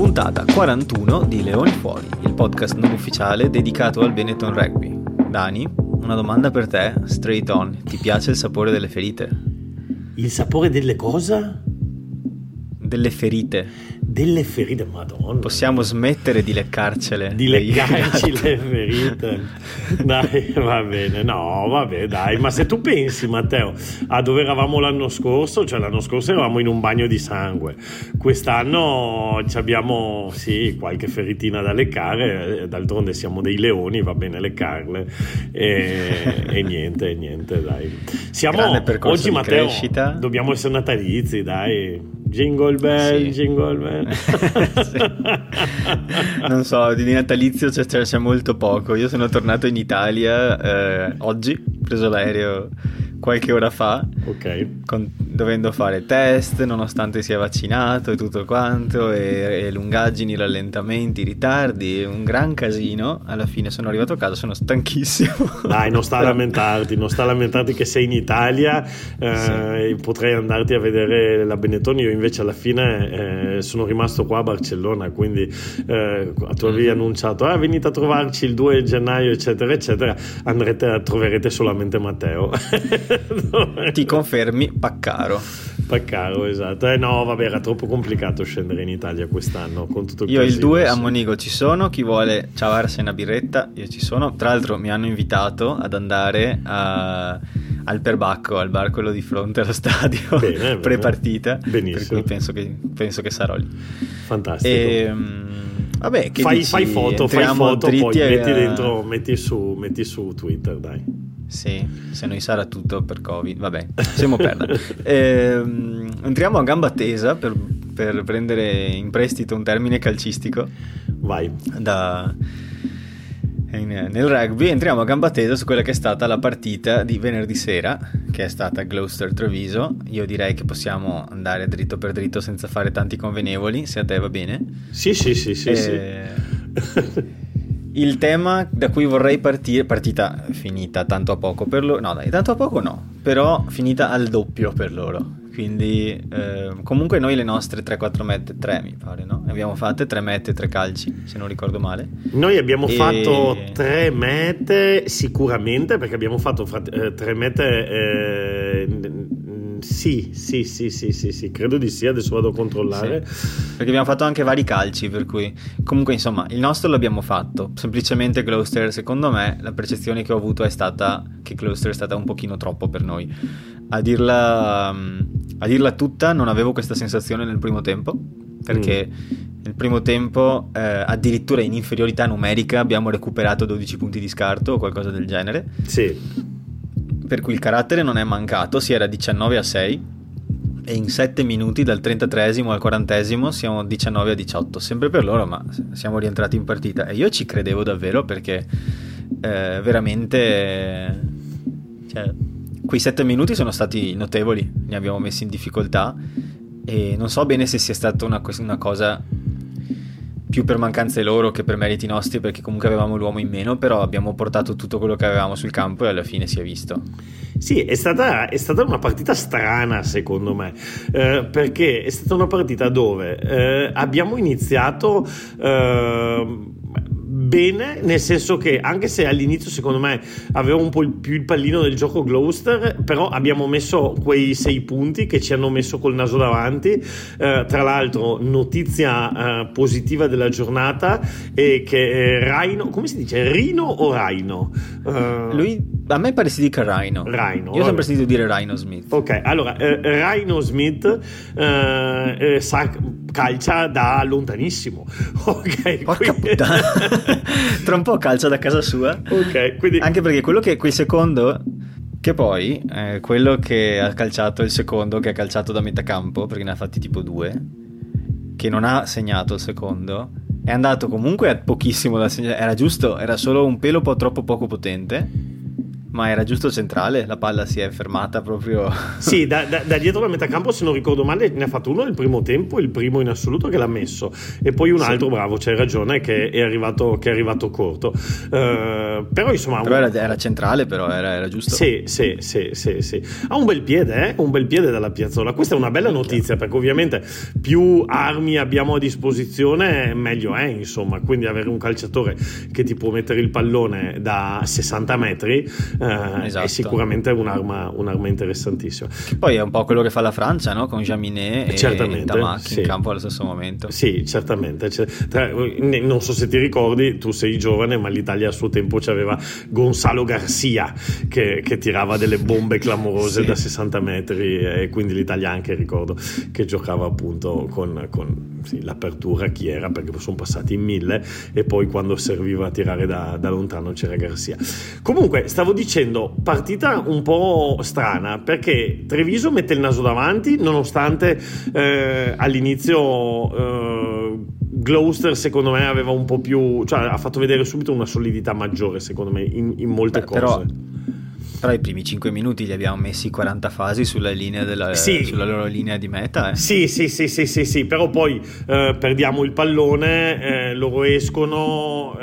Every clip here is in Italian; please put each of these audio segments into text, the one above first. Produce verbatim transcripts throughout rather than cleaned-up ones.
Puntata quarantuno di Leoni Fuori, il podcast non ufficiale dedicato al Benetton Rugby. Dani, una domanda per te, straight on. Ti piace il sapore delle ferite? Il sapore delle cosa? Delle ferite. Delle ferite, madonna. Possiamo smettere di leccarcele. Di leccarci le ferite. Dai, va bene. No, vabbè, dai. Ma se tu pensi, Matteo, a dove eravamo l'anno scorso, cioè l'anno scorso eravamo in un bagno di sangue. Quest'anno abbiamo, sì, qualche feritina da leccare. D'altronde siamo dei leoni, va bene leccarle. E, e niente, niente, dai. Siamo oggi, Matteo, crescita. Dobbiamo essere natalizi, dai. Jingle bell, sì. Jingle bell. Sì. Non so, di natalizio c'è, c'è molto poco. Io sono tornato in Italia eh, oggi, ho preso l'aereo qualche ora fa, ok, con, dovendo fare test nonostante sia vaccinato e tutto quanto, e, e lungaggini, rallentamenti, ritardi, un gran casino. Alla fine sono arrivato a casa, sono stanchissimo. Dai, non sta a lamentarti, non sta a lamentarti che sei in Italia, eh, sì. Potrei andarti a vedere la Benetton. Io invece alla fine eh, sono rimasto qua a Barcellona, quindi eh, tu avevi mm. annunciato ah, venite a trovarci il due gennaio eccetera eccetera, andrete, troverete solamente Matteo. Ti confermi Paccaro. Paccaro, esatto. Eh no, vabbè, era troppo complicato scendere in Italia quest'anno con tutto il Io casino, il due a sì. Monigo ci sono, chi vuole ciavarsi una birretta, io ci sono. Tra l'altro mi hanno invitato ad andare a, al Perbacco, al bar quello di fronte allo stadio, bene, pre-partita. Benissimo. Per cui penso che, penso che sarò lì. Fantastico. E, vabbè, che fai, dici? fai foto, fai foto, poi a... metti dentro, metti su, metti su Twitter, dai. Sì, se non sarà tutto per Covid, vabbè, siamo perdere. ehm, entriamo a gamba tesa per, per prendere in prestito un termine calcistico. Vai. Da, in, nel rugby entriamo a gamba tesa su quella che è stata la partita di venerdì sera, che è stata Gloucester Treviso. Io direi che possiamo andare dritto per dritto senza fare tanti convenevoli, se a te va bene. Sì, sì, sì, sì, eh, sì. Il tema da cui vorrei partire, partita finita tanto a poco per loro, no dai, tanto a poco no, però finita al doppio per loro, quindi eh, comunque noi le nostre tre quattro mette, tre mi pare, no? Abbiamo fatte tre mette, tre calci, se non ricordo male. Noi abbiamo e... fatto tre mette sicuramente, perché abbiamo fatto eh, tre mette... Eh, Sì, sì, sì, sì, sì, sì, credo di sì, adesso vado a controllare. Sì, perché abbiamo fatto anche vari calci, per cui comunque insomma il nostro l'abbiamo fatto, semplicemente Gloucester, secondo me la percezione che ho avuto è stata che Gloucester è stata un pochino troppo per noi. A dirla, a dirla tutta, non avevo questa sensazione nel primo tempo, perché mm. nel primo tempo eh, addirittura in inferiorità numerica abbiamo recuperato dodici punti di scarto o qualcosa del genere. Sì. Per cui il carattere non è mancato, si era diciannove a sei e in sette minuti dal trentatreesimo al quarantesimo siamo diciannove a diciotto, sempre per loro, ma siamo rientrati in partita e io ci credevo davvero, perché eh, veramente cioè, quei sette minuti sono stati notevoli, ne abbiamo messi in difficoltà e non so bene se sia stata una, una cosa più per mancanze loro che per meriti nostri, perché comunque avevamo l'uomo in meno, però abbiamo portato tutto quello che avevamo sul campo e alla fine si è visto. Sì, è stata, è stata una partita strana secondo me, eh, perché è stata una partita dove eh, abbiamo iniziato eh, bene, nel senso che anche se all'inizio secondo me aveva un po' il, più il pallino del gioco Gloucester, però abbiamo messo quei sei punti che ci hanno messo col naso davanti. Eh, tra l'altro notizia eh, positiva della giornata è che eh, Rhino, come si dice? Rhino o Rhino? Eh, Lui, a me pare si dica Rhino. Rhino. Io ho sempre sentito dire Rhino Smith. Ok, allora eh, Rhino Smith eh, eh, sa calcia da lontanissimo. Ok, porca quindi... puttana. Tra un po' calcia da casa sua. Ok, quindi anche perché quello che quel secondo che poi eh, quello che ha calciato il secondo, che ha calciato da metà campo, perché ne ha fatti tipo due, che non ha segnato il secondo, è andato comunque a pochissimo da segnare, era giusto, era solo un pelo po' troppo poco potente Ma era giusto centrale, la palla si è fermata proprio. Sì, da, da, da dietro la metacampo, se non ricordo male, ne ha fatto uno nel primo tempo, il primo in assoluto che l'ha messo, e poi un Sì. altro, bravo, c'hai ragione, che è arrivato, che è arrivato corto. Uh, però insomma. Però era, era centrale, però era, era giusto. Sì, sì, sì, sì, sì. Ha un bel piede, eh? Un bel piede dalla piazzola. Questa è una bella notizia, perché ovviamente più armi abbiamo a disposizione, meglio è, insomma. Quindi avere un calciatore che ti può mettere il pallone da sessanta metri eh, Esatto. è sicuramente un'arma, un'arma interessantissima. Poi è un po' quello che fa la Francia, no? Con Jaminet e Certamente, Tamaki sì. in campo allo stesso momento. Sì, certamente. Tra, non so se ti ricordi, tu sei giovane, ma l'Italia a suo tempo c'aveva Gonzalo Garcia che, che tirava delle bombe clamorose Sì. da sessanta metri, e quindi l'Italia anche, ricordo, che giocava appunto con, con sì, l'apertura chi era, perché sono passati in mille, e poi quando serviva a tirare da, da lontano c'era Garcia. Comunque, stavo dicendo, partita un po' strana, perché Treviso mette il naso davanti, nonostante eh, all'inizio eh, Gloucester secondo me aveva un po' più, cioè ha fatto vedere subito una solidità maggiore secondo me in, in molte Beh, cose. Però, però i primi cinque minuti li abbiamo messi quaranta fasi sulla linea della, sì. sulla loro linea di meta. Eh. Sì, sì, sì, sì, sì, sì, però poi eh, perdiamo il pallone, eh, loro escono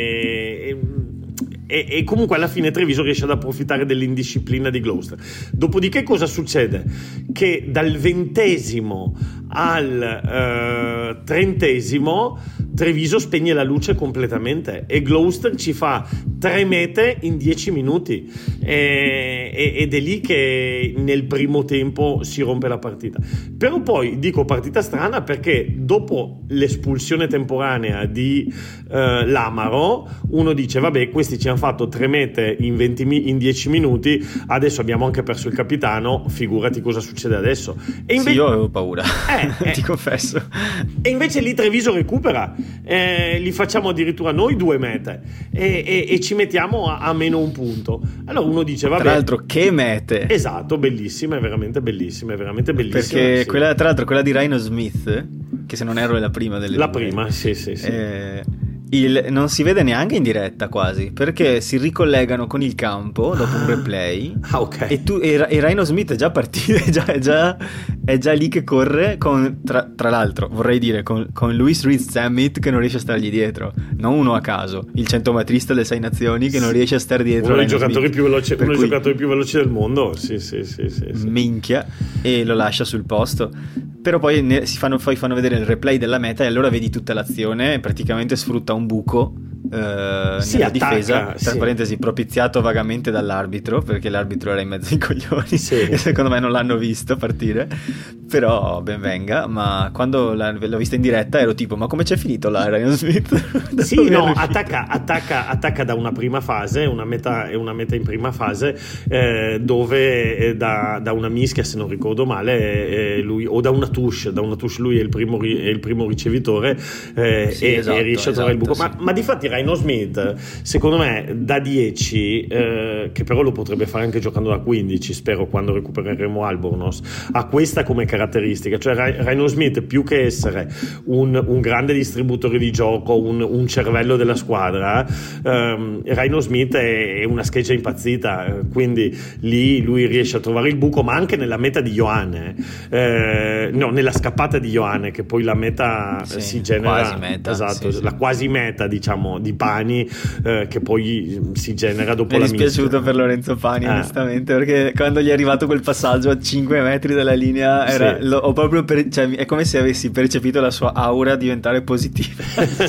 e, e, e comunque alla fine Treviso riesce ad approfittare dell'indisciplina di Gloucester. Dopodiché cosa succede? Che dal ventesimo al eh, trentesimo Treviso spegne la luce completamente e Gloucester ci fa tre mete in dieci minuti e, e, ed è lì che nel primo tempo si rompe la partita. Però poi dico partita strana perché dopo l'espulsione temporanea di eh, Lamaro uno dice vabbè, questi ci hanno fatto tre mete in, venti, in dieci minuti, adesso abbiamo anche perso il capitano, figurati cosa succede adesso. E invece, sì, io avevo paura, eh, eh, ti confesso. E invece lì Treviso recupera, eh, li facciamo addirittura noi due mete e, e, e ci mettiamo a, a meno un punto. Allora uno dice vabbè, tra l'altro che mete, esatto, bellissime, veramente bellissime, veramente bellissime, perché sì. quella, tra l'altro quella di Rhino Smith, che se non erro è la prima delle la due, prima, sì sì sì, eh, il, non si vede neanche in diretta quasi, perché si ricollegano con il campo dopo un replay. Ah, ok. E, tu, e, e Rhino Smith è già partito, è già, è già, è già lì che corre con, tra, tra l'altro vorrei dire con, con Louis Reed Zammit che non riesce a stargli dietro, non uno a caso, il centometrista delle sei nazioni che non riesce a stare dietro, uno dei giocatori Smith, più veloci, uno dei cui, giocatori più veloci del mondo, sì sì sì, sì, sì. minchia, e lo lascia sul posto. Però poi ne, si fanno, poi fanno vedere il replay della meta e allora vedi tutta l'azione, praticamente sfrutta un buco eh, sì, nella attacca, difesa, tra sì. parentesi propiziato vagamente dall'arbitro, perché l'arbitro era in mezzo ai coglioni, sì. e secondo me non l'hanno visto partire, però ben venga. Ma quando l'ho vista in diretta ero tipo ma come c'è finito là Ryan Smith? Sì, no, attacca, attacca, attacca da una prima fase, una meta, è una meta in prima fase eh, dove eh, da, da una mischia, se non ricordo male, eh, lui, o da una touche, da una touche lui è il primo, è il primo ricevitore eh, sì, e, esatto, e riesce a trovare esatto, il buco. sì. Ma, ma di fatti Rhino Smith, secondo me, da dieci, eh, che però lo potrebbe fare anche giocando da quindici, spero, quando recupereremo Albornoz, ha questa come caratteristica, cioè Rhino Smith, più che essere un, un grande distributore di gioco, un, un cervello della squadra, ehm, Rhino Smith è, è una scheggia impazzita, quindi lì lui riesce a trovare il buco, ma anche nella meta di Ioane, eh, no, nella scappata di Ioane, che poi la meta sì, si genera, quasi meta, esatto, sì, sì. la quasi meta, diciamo, di Pani, eh, che poi si genera dopo mi la è dispiaciuto mischia. per Lorenzo Pani, eh. onestamente, perché quando gli è arrivato quel passaggio a cinque metri dalla linea era, sì. lo, ho proprio per, cioè, è come se avessi percepito la sua aura diventare positiva.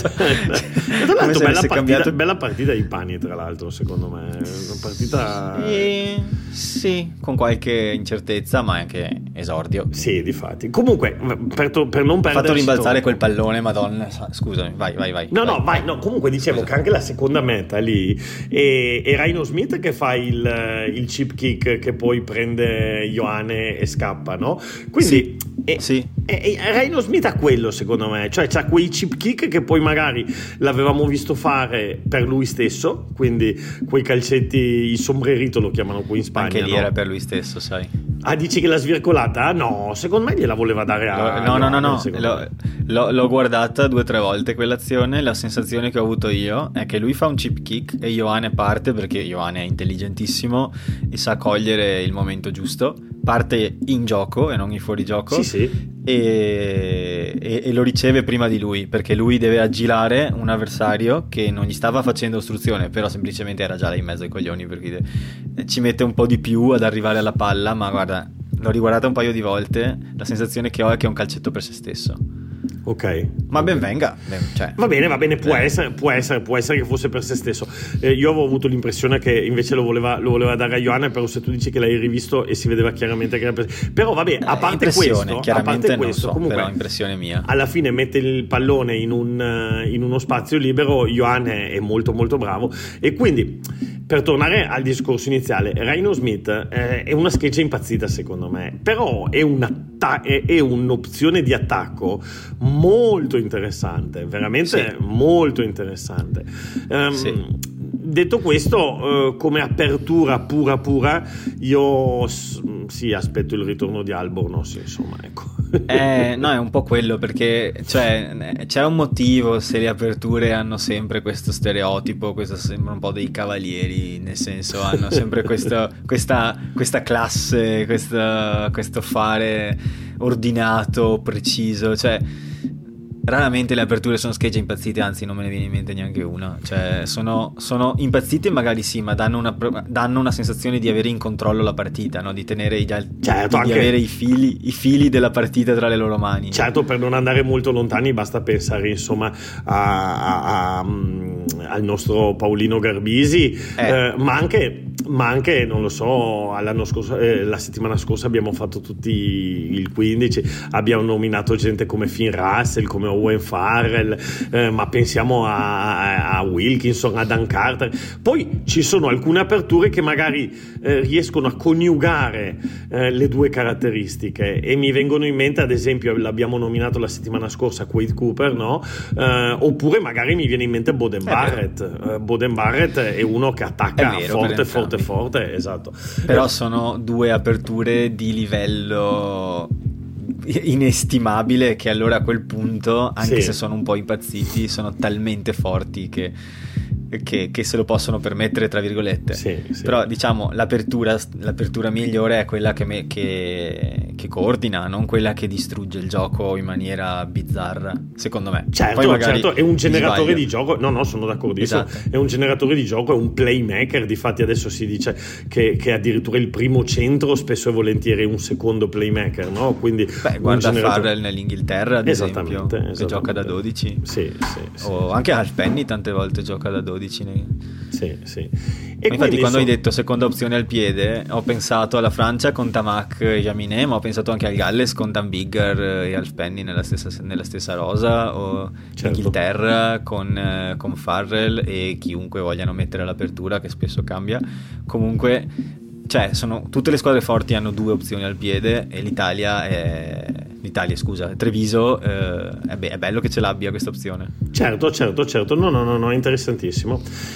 Tra l'altro bella partita, cambiato... bella partita di Pani, tra l'altro, secondo me una partita sì, sì, con qualche incertezza, ma anche esordio. sì, difatti. Comunque, per, to- per non Ha perdere fatto rimbalzare quel pallone, madonna, scusami, vai, vai, vai. No, vai, no, vai, no, comunque dicevo Scusa. che anche la seconda meta lì è, è Rhino Smith che fa il, il chip kick che poi prende Ioane e scappa, no? Quindi sì, è, sì. è, è, Rhino Smith ha quello, secondo me, cioè c'ha quei chip kick che poi magari l'avevamo visto fare per lui stesso, quindi quei calcetti, il sombrerito lo chiamano qui in Spagna, anche lì no? era per lui stesso, sai. Ah, dici che l'ha svircolata? No, secondo me gliela voleva dare a... No, no, no, no, Ioane, l'ho, l'ho, l'ho guardata due o tre volte quell'azione. La sensazione che ho avuto io è che lui fa un chip kick e Ioane parte, perché Ioane è intelligentissimo e sa cogliere il momento giusto, parte in gioco e non in fuorigioco. Sì, sì. E, e, e lo riceve prima di lui, perché lui deve aggirare un avversario che non gli stava facendo ostruzione, però semplicemente era già là in mezzo ai coglioni, perché ci mette un po' di più ad arrivare alla palla. Ma guarda, l'ho riguardata un paio di volte, la sensazione che ho è che è un calcetto per se stesso. Ok, ma ben venga, cioè, va bene, va bene, può eh. essere, può essere, può essere che fosse per se stesso. Eh, io avevo avuto l'impressione che invece lo voleva, lo voleva dare a Ioane, però se tu dici che l'hai rivisto e si vedeva chiaramente che era per... però vabbè, a parte questo, a parte questo, so, comunque, però impressione mia. Alla fine mette il pallone in, un, in uno spazio libero. Ioane è molto molto bravo, e quindi, per tornare al discorso iniziale, Rhino Smith eh, è una scheggia impazzita secondo me, però è, un atta- è, è un'opzione di attacco molto interessante, veramente sì. molto interessante. Um, sì. Detto questo, uh, come apertura pura pura, io sì, aspetto il ritorno di Albornoz, insomma, ecco. Eh, no, è un po' quello, perché cioè, c'è un motivo se le aperture hanno sempre questo stereotipo, questo sembra un po' dei cavalieri, nel senso hanno sempre questo, questa, questa classe, questo, questo fare ordinato, preciso, cioè raramente le aperture sono schegge impazzite, anzi non me ne viene in mente neanche una, cioè sono, sono impazzite magari sì, ma danno una, danno una sensazione di avere in controllo la partita, no? Di tenere i, certo, di, anche... di avere i fili, i fili della partita tra le loro mani. Certo, per non andare molto lontani basta pensare insomma a, a, a, al nostro Paolino Garbisi, eh. Eh, ma anche ma anche non lo so, l'anno scorso, eh, la settimana scorsa abbiamo fatto tutti il quindici, abbiamo nominato gente come Finn Russell, come Owen Farrell, eh, ma pensiamo a, a Wilkinson, a Dan Carter. Poi ci sono alcune aperture che magari eh, riescono a coniugare eh, le due caratteristiche, e mi vengono in mente ad esempio, l'abbiamo nominato la settimana scorsa, Quade Cooper, no? Eh, oppure magari mi viene in mente Boden Barrett. Eh, Boden Barrett è uno che attacca vero, forte forte forte, esatto. Però sono due aperture di livello inestimabile, che allora a quel punto, anche sì. se sono un po' impazziti, sono talmente forti che, che, che se lo possono permettere, tra virgolette. Sì, sì. Però diciamo l'apertura, l'apertura migliore è quella che, me, che, che coordina, non quella che distrugge il gioco in maniera bizzarra, secondo me. Certo, Poi magari certo, è un generatore di gioco. No, no, sono d'accordissimo. Esatto. È un generatore di gioco, è un playmaker. Difatti adesso si dice che, che addirittura il primo centro spesso e volentieri è un secondo playmaker, no? Quindi Beh, guarda generatore... Farrell nell'Inghilterra ad esattamente, esempio, esattamente. che gioca da dodici. Sì, sì, sì. O anche Half Penny tante volte gioca da dodici. Sì, sì. E infatti quando so... hai detto seconda opzione al piede, ho pensato alla Francia con Tamac e Jaminet, ma ho pensato anche al Galles con Dan Biggar e Half Penny nella stessa, nella stessa rosa, o certo. Inghilterra con, eh, con Farrell e chiunque vogliano mettere all'apertura, che spesso cambia. Comunque, cioè, sono, tutte le squadre forti hanno due opzioni al piede, e l'Italia è... l'Italia, scusa, Treviso, eh, è, be- è bello che ce l'abbia questa opzione. Certo, certo, certo, no, no, no, no, interessantissimo.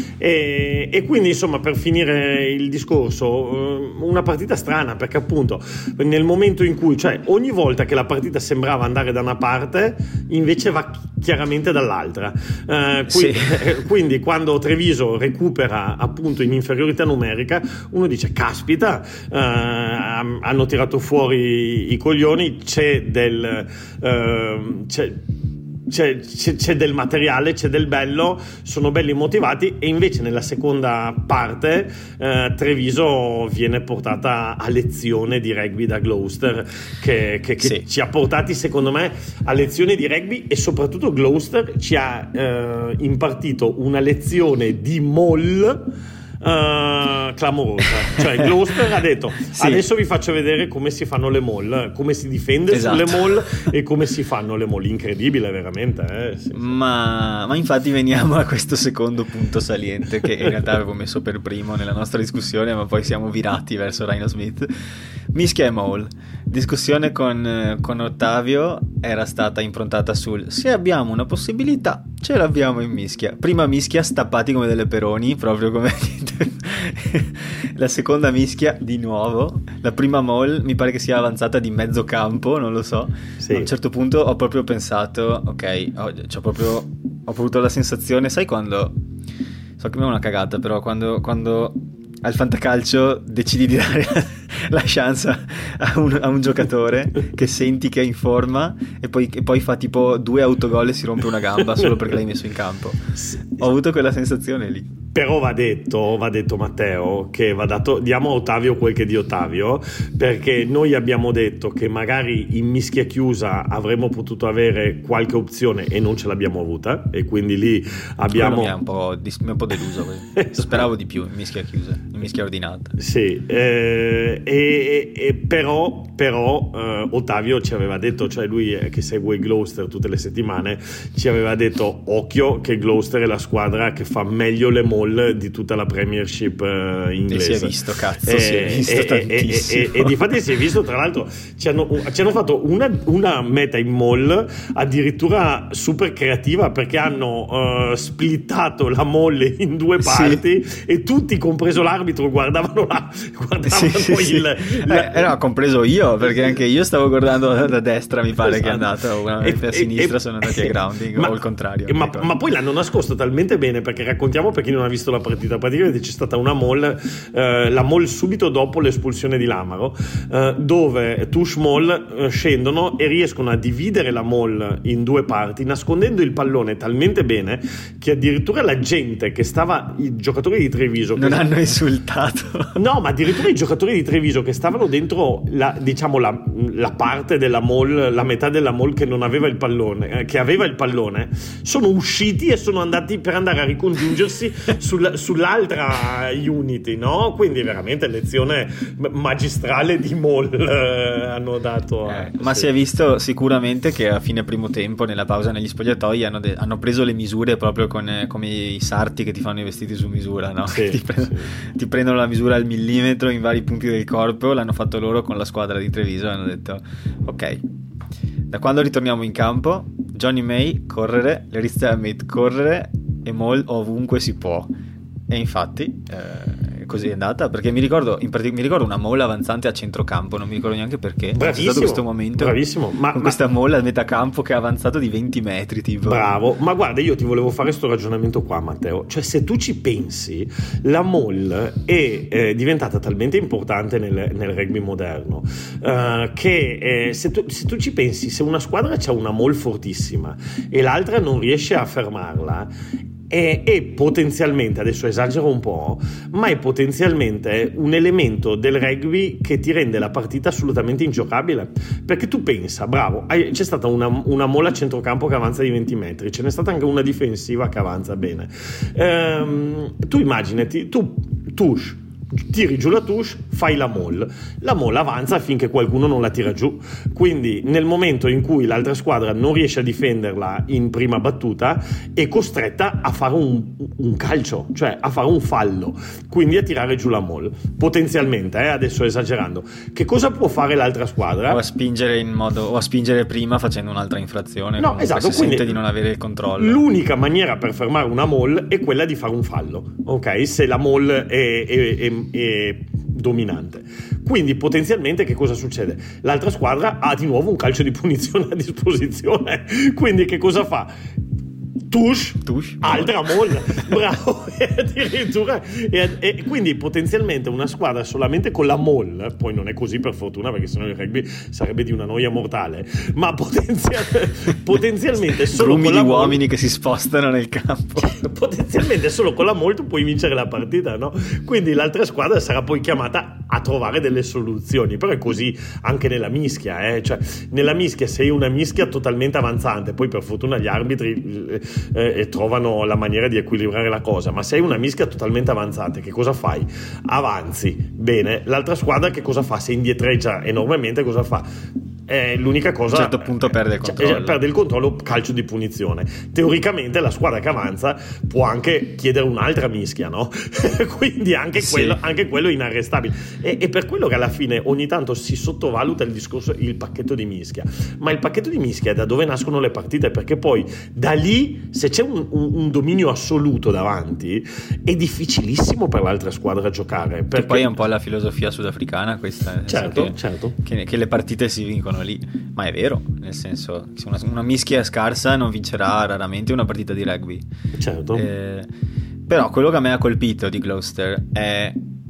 E, e quindi, insomma, per finire il discorso, una partita strana, perché appunto nel momento in cui, cioè ogni volta che la partita sembrava andare da una parte, invece va chiaramente dall'altra. Eh, qui, sì. Quindi quando Treviso recupera appunto in inferiorità numerica, uno dice, caspita, eh, hanno tirato fuori i coglioni, c'è del uh, c'è, c'è, c'è, c'è del materiale, c'è del bello, sono belli motivati. E invece nella seconda parte uh, Treviso viene portata a lezione di rugby da Gloucester, che, che, che sì. ci ha portati secondo me a lezione di rugby, e soprattutto Gloucester ci ha uh, impartito una lezione di mall Uh, clamorosa. Cioè Gloucester ha detto sì. adesso vi faccio vedere come si fanno le mall, come si difende esatto. sulle mall e come si fanno le mall. Incredibile veramente, eh? Sì, sì. Ma, ma infatti veniamo a questo secondo punto saliente, che in realtà avevo messo per primo nella nostra discussione, ma poi siamo virati verso Rhino Smith. Mischia e mall. Discussione con, con Ottavio era stata improntata sul se abbiamo una possibilità ce l'abbiamo in mischia. Prima mischia stappati come delle peroni, proprio come la seconda mischia di nuovo, la prima mall mi pare che sia avanzata di mezzo campo, non lo so. Sì. A un certo punto ho proprio pensato, ok, ho, c'ho proprio, ho avuto la sensazione, sai quando, so che è una cagata, però quando, quando al fantacalcio decidi di dare la chance a un, a un giocatore che senti che è in forma e poi, e poi fa tipo due autogol e si rompe una gamba solo perché l'hai messo in campo. Ho avuto quella sensazione lì. Però va detto, va detto Matteo, che va dato, diamo a Ottavio quel che di Ottavio, perché noi abbiamo detto che magari in mischia chiusa avremmo potuto avere qualche opzione e non ce l'abbiamo avuta, e quindi lì abbiamo... Mi è un po', mi è un po' deluso, speravo di più in mischia chiusa, in mischia ordinata. Sì, eh, e, e però, però eh, Ottavio ci aveva detto, cioè lui eh, che segue il Gloucester tutte le settimane, ci aveva detto occhio che Gloucester è la squadra che fa meglio le mall di tutta la Premiership uh, inglese. E si è visto, cazzo, e, si è visto e, tantissimo. E, e, e, e difatti si è visto, tra l'altro ci hanno, ci hanno fatto una, una meta in mall addirittura super creativa, perché hanno uh, splittato la mall in due parti, sì. E tutti, compreso l'arbitro, guardavano la guardavano sì, il, sì. il eh, eh, no, compreso io, perché anche io stavo guardando da, da destra, mi pare, esatto. Che è andato una e, a sinistra e, sono andati a grounding, ma, o il contrario. Ma, ma poi l'hanno nascosto talmente bene, perché raccontiamo per chi non ha visto la partita, praticamente c'è stata una mall, eh, la mall subito dopo l'espulsione di Lamaro, eh, dove Tush Mall eh, scendono e riescono a dividere la mall in due parti, nascondendo il pallone talmente bene che addirittura la gente che stava, i giocatori di Treviso non che, hanno insultato, no, ma addirittura i giocatori di Treviso che stavano dentro la, diciamo la, la parte della mall, la metà della mall che non aveva il pallone, eh, che aveva il pallone, sono usciti e sono andati per andare a ricongiungersi Sul, sull'altra Unity, no? Quindi veramente lezione magistrale di mall eh, hanno dato. Eh, ma sì. Si è visto sicuramente che a fine primo tempo, nella pausa negli spogliatoi, hanno, de- hanno preso le misure proprio con, eh, come i sarti che ti fanno i vestiti su misura, no? Sì, ti, pre- sì. ti prendono la misura al millimetro in vari punti del corpo. L'hanno fatto loro con la squadra di Treviso e hanno detto ok, da quando ritorniamo in campo, Johnny May correre, Larry Stammet correre e Mall ovunque si può. E infatti eh, così è andata, perché mi ricordo in partic- mi ricordo una Mall avanzante a centrocampo, non mi ricordo neanche perché. Bravissimo, c'è stato questo momento bravissimo, ma, con ma... questa Mall a metà campo che ha avanzato di venti metri tipo. Bravo, ma guarda, io ti volevo fare questo ragionamento qua, Matteo, cioè se tu ci pensi, la Mall è eh, diventata talmente importante nel, nel rugby moderno uh, che eh, se, tu, se tu ci pensi, se una squadra c'ha una Mall fortissima e l'altra non riesce a fermarla, È, è potenzialmente, adesso esagero un po', ma è potenzialmente un elemento del rugby che ti rende la partita assolutamente ingiocabile, perché tu pensa, bravo, hai, c'è stata una, una molla a centrocampo che avanza di venti metri, ce n'è stata anche una difensiva che avanza bene, ehm, tu immaginati, tu tush tiri giù la touche, fai la mall, la mall avanza finché qualcuno non la tira giù, quindi nel momento in cui l'altra squadra non riesce a difenderla in prima battuta è costretta a fare un, un calcio, cioè a fare un fallo, quindi a tirare giù la mall potenzialmente, eh, adesso esagerando. Che cosa può fare l'altra squadra? O a spingere in modo o a spingere prima facendo un'altra infrazione, no, esatto, si sente di non avere il controllo. L'unica maniera per fermare una mall è quella di fare un fallo, ok? Se la mall è, è, è è dominante, quindi potenzialmente che cosa succede? L'altra squadra ha di nuovo un calcio di punizione a disposizione, quindi che cosa fa? Tush, Tush. altra molla, bravo, e addirittura e, e quindi potenzialmente una squadra solamente con la molla, poi non è così per fortuna perché sennò il rugby sarebbe di una noia mortale, ma potenzial, potenzialmente solo Grumi con la di molla, uomini che si spostano nel campo, potenzialmente solo con la molla tu puoi vincere la partita, no? Quindi l'altra squadra sarà poi chiamata a trovare delle soluzioni, però è così anche nella mischia, eh? Cioè nella mischia sei una mischia totalmente avanzante, poi per fortuna gli arbitri Eh, e trovano la maniera di equilibrare la cosa, ma se hai una mischia totalmente avanzante che cosa fai? Avanzi, bene, l'altra squadra che cosa fa? Se indietreggia enormemente cosa fa? Eh, l'unica cosa, a un certo punto perde il controllo, cioè, perde il controllo, calcio di punizione. Teoricamente la squadra che avanza può anche chiedere un'altra mischia, no? Quindi anche, sì. quello, anche quello è inarrestabile, e, e per quello che alla fine ogni tanto si sottovaluta il discorso, il pacchetto di mischia, ma il pacchetto di mischia è da dove nascono le partite, perché poi da lì, se c'è un, un, un dominio assoluto davanti, è difficilissimo per l'altra squadra giocare, perché che poi è un po' la filosofia sudafricana questa, certo, che, certo. Che, che le partite si vincono lì, ma è vero, nel senso, se una, una mischia scarsa non vincerà raramente una partita di rugby, certo. Eh, però quello che a me ha colpito di Gloucester è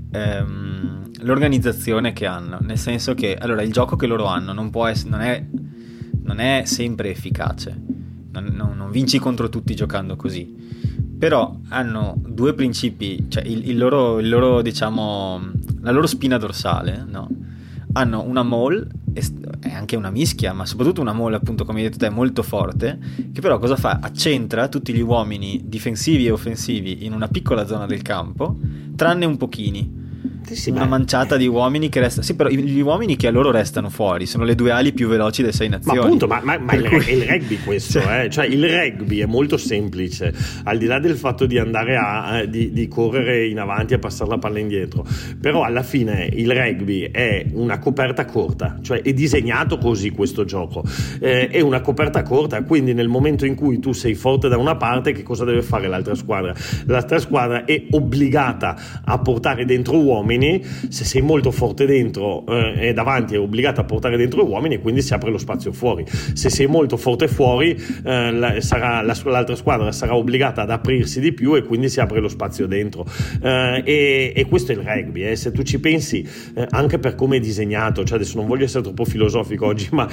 ehm, l'organizzazione che hanno, nel senso che allora il gioco che loro hanno non può essere, non è, non è sempre efficace, non, non, non vinci contro tutti giocando così, però hanno due principi, cioè il, il loro, il loro diciamo la loro spina dorsale, no? Hanno una maul e anche una mischia, ma soprattutto una maul, appunto, come hai detto te, molto forte, che però cosa fa? Accentra tutti gli uomini difensivi e offensivi in una piccola zona del campo, tranne un pochini. Sì, sì, una beh. manciata di uomini che resta, sì, però gli uomini che a loro restano fuori sono le due ali più veloci delle sei nazioni. Ma appunto, ma, ma, ma il, cui... è il rugby questo, eh? Cioè il rugby è molto semplice, al di là del fatto di andare a di, di correre in avanti e passare la palla indietro, però alla fine il rugby è una coperta corta, cioè è disegnato così questo gioco, eh, è una coperta corta, quindi nel momento in cui tu sei forte da una parte, che cosa deve fare l'altra squadra? L'altra squadra è obbligata a portare dentro uomini. Se sei molto forte dentro eh, e davanti è obbligata a portare dentro uomini, e quindi si apre lo spazio fuori. Se sei molto forte fuori eh, la, sarà, la, l'altra squadra sarà obbligata ad aprirsi di più, e quindi si apre lo spazio dentro, eh, e, e questo è il rugby, eh. Se tu ci pensi, eh, anche per come è disegnato, cioè adesso non voglio essere troppo filosofico oggi, ma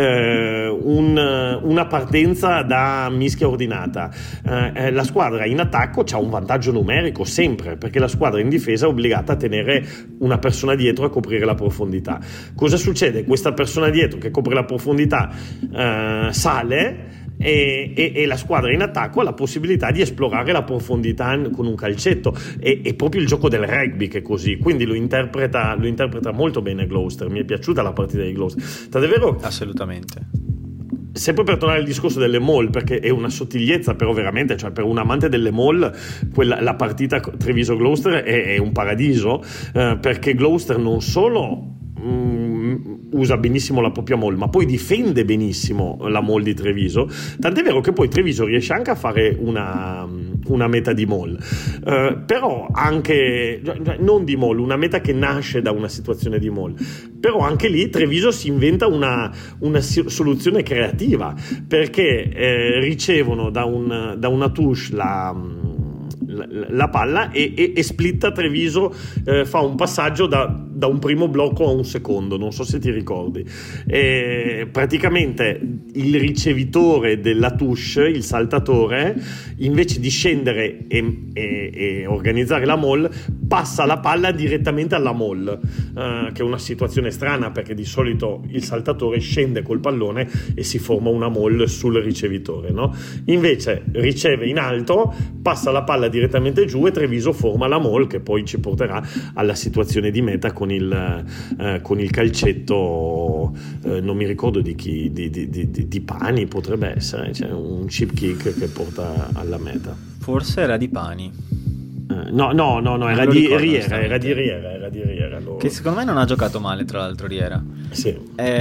eh, un, una partenza da mischia ordinata, eh, la squadra in attacco ha un vantaggio numerico sempre, perché la squadra in difesa è obbligata a tenere una persona dietro a coprire la profondità. Cosa succede? Questa persona dietro che copre la profondità eh, sale e, e, e la squadra in attacco ha la possibilità di esplorare la profondità con un calcetto. È, è proprio il gioco del rugby che è così, quindi lo interpreta, lo interpreta molto bene Gloucester. Mi è piaciuta la partita di Gloucester, tant'è vero? Assolutamente. Sempre per tornare al discorso delle mall, perché è una sottigliezza, però veramente, cioè per un amante delle mall, quella, la partita Treviso-Gloucester è, è un paradiso, eh, perché Gloucester non solo mh, usa benissimo la propria mall, ma poi difende benissimo la mall di Treviso, tant'è vero che poi Treviso riesce anche a fare una, una meta di mall, eh, però anche non di mall, una meta che nasce da una situazione di mall, però anche lì Treviso si inventa una, una soluzione creativa, perché eh, ricevono da, un, da una touche la La, la palla e, e, e splitta Treviso, eh, fa un passaggio da, da un primo blocco a un secondo, non so se ti ricordi, e praticamente il ricevitore della touche, il saltatore, invece di scendere e, e, e organizzare la mall, passa la palla direttamente alla mall, eh, che è una situazione strana, perché di solito il saltatore scende col pallone e si forma una mall sul ricevitore, no? Invece riceve in alto, passa la palla direttamente giù e Treviso forma la mall, che poi ci porterà alla situazione di meta con il, eh, con il calcetto, eh, non mi ricordo di chi, di, di, di, di Pani potrebbe essere, cioè un chip kick che porta alla meta. Forse era di Pani. No, no, no, no, era di Riera, era di Riera, era di Riera. Lo... Che secondo me non ha giocato male, tra l'altro, Riera. Sì.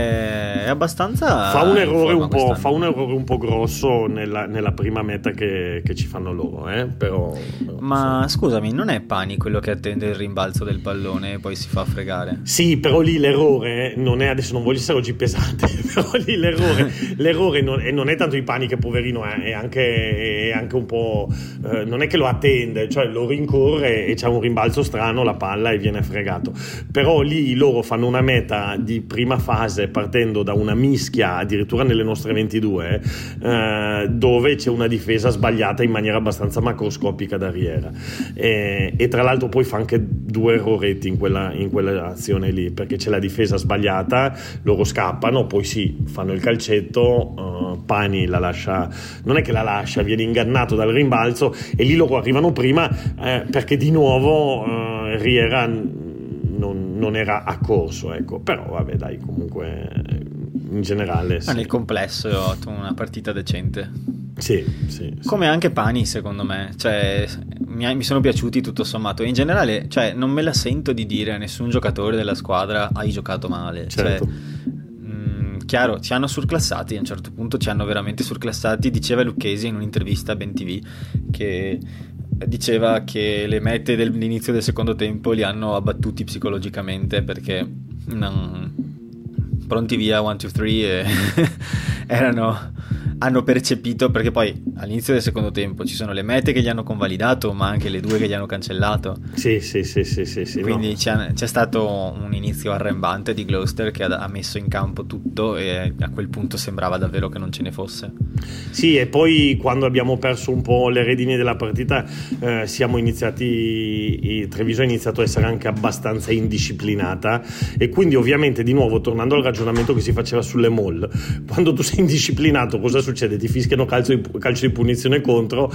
È abbastanza. Fa un errore un po', fa un errore un po' grosso nella, nella prima meta che, che ci fanno loro, eh? Però. Ma sì. Scusami, non è Pani quello che attende il rimbalzo del pallone e poi si fa fregare? Sì, però lì l'errore non è, adesso non voglio essere oggi pesante, però lì l'errore, l'errore non, è, non è tanto di Pani, che poverino è, è, anche, è anche un po'. Eh, non è che lo attende, cioè lo rincorre e c'è un rimbalzo strano, la palla, e viene fregato. Però lì loro fanno una meta di prima fase partendo da una mischia, addirittura nelle nostre ventidue, eh, dove c'è una difesa sbagliata in maniera abbastanza macroscopica da Riera, e, e tra l'altro poi fa anche due erroretti in quella, in quella azione lì, perché c'è la difesa sbagliata, loro scappano, poi sì, fanno il calcetto, uh, Pani la lascia, non è che la lascia, viene ingannato dal rimbalzo, e lì loro arrivano prima, eh, perché di nuovo uh, Riera non, non era a corso, ecco. Però vabbè, dai, comunque in generale. Ma sì. nel complesso ho fatto una partita decente. Sì, sì, sì. Come anche Pani, secondo me, cioè mi, mi sono piaciuti tutto sommato. In generale, cioè, non me la sento di dire a nessun giocatore della squadra hai giocato male. Certo. Cioè, mh, chiaro, ci hanno surclassati, a un certo punto ci hanno veramente surclassati. Diceva Lucchesi in un'intervista a Ben T V che diceva che le mete dell'inizio del secondo tempo li hanno abbattuti psicologicamente perché non... pronti via one two three e erano hanno percepito, perché poi all'inizio del secondo tempo ci sono le mete che gli hanno convalidato ma anche le due che gli hanno cancellato. Sì, sì, sì, sì, sì, sì, quindi no. c'è, c'è stato un inizio arrembante di Gloucester che ha, ha messo in campo tutto e a quel punto sembrava davvero che non ce ne fosse. Sì, e poi quando abbiamo perso un po' le redini della partita eh, siamo iniziati i, Treviso ha iniziato a essere anche abbastanza indisciplinata e quindi ovviamente di nuovo tornando al ragionamento che si faceva sulle mall, quando tu sei indisciplinato cosa succede? Ti fischiano calcio di, calcio di punizione contro,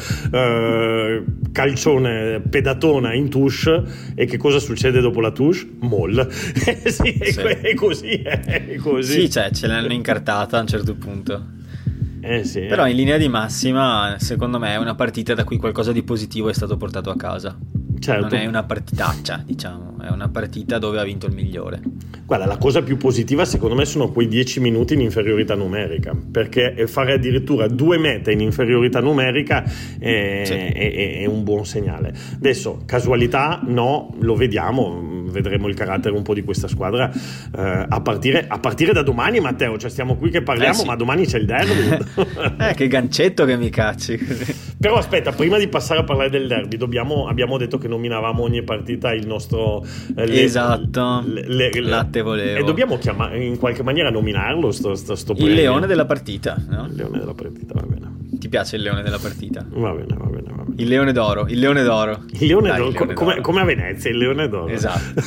eh, calcione pedatona in touche e che cosa succede dopo la touche? Mall. sì, Sì. È, è così, è così. Sì, cioè ce l'hanno incartata a un certo punto. Eh sì, Però eh. in linea di massima secondo me è una partita da cui qualcosa di positivo è stato portato a casa. Certo. Non è una partitaccia, diciamo, è una partita dove ha vinto il migliore. Guarda, la cosa più positiva secondo me sono quei dieci minuti in inferiorità numerica, perché fare addirittura due mete in inferiorità numerica è, Sì. è, è, è un buon segnale. Adesso, casualità no, lo vediamo, vedremo il carattere un po' di questa squadra eh, a, partire, a partire da domani, Matteo, cioè stiamo qui che parliamo, Eh sì. ma domani c'è il derby. Eh, che gancetto che mi cacci. Però aspetta, prima di passare a parlare del derby, dobbiamo, abbiamo detto che nominavamo ogni partita il nostro eh, le, Esatto, le, le, le, latte volevo. E dobbiamo chiamare, in qualche maniera nominarlo sto, sto, sto Il premio. leone della partita, no? Il leone della partita, va bene. Ti piace il leone della partita? Va bene, va bene, va bene. Il leone d'oro, il leone d'oro. Il leone Dai, d'oro, il leone come, d'oro. come a Venezia, il leone d'oro. Esatto.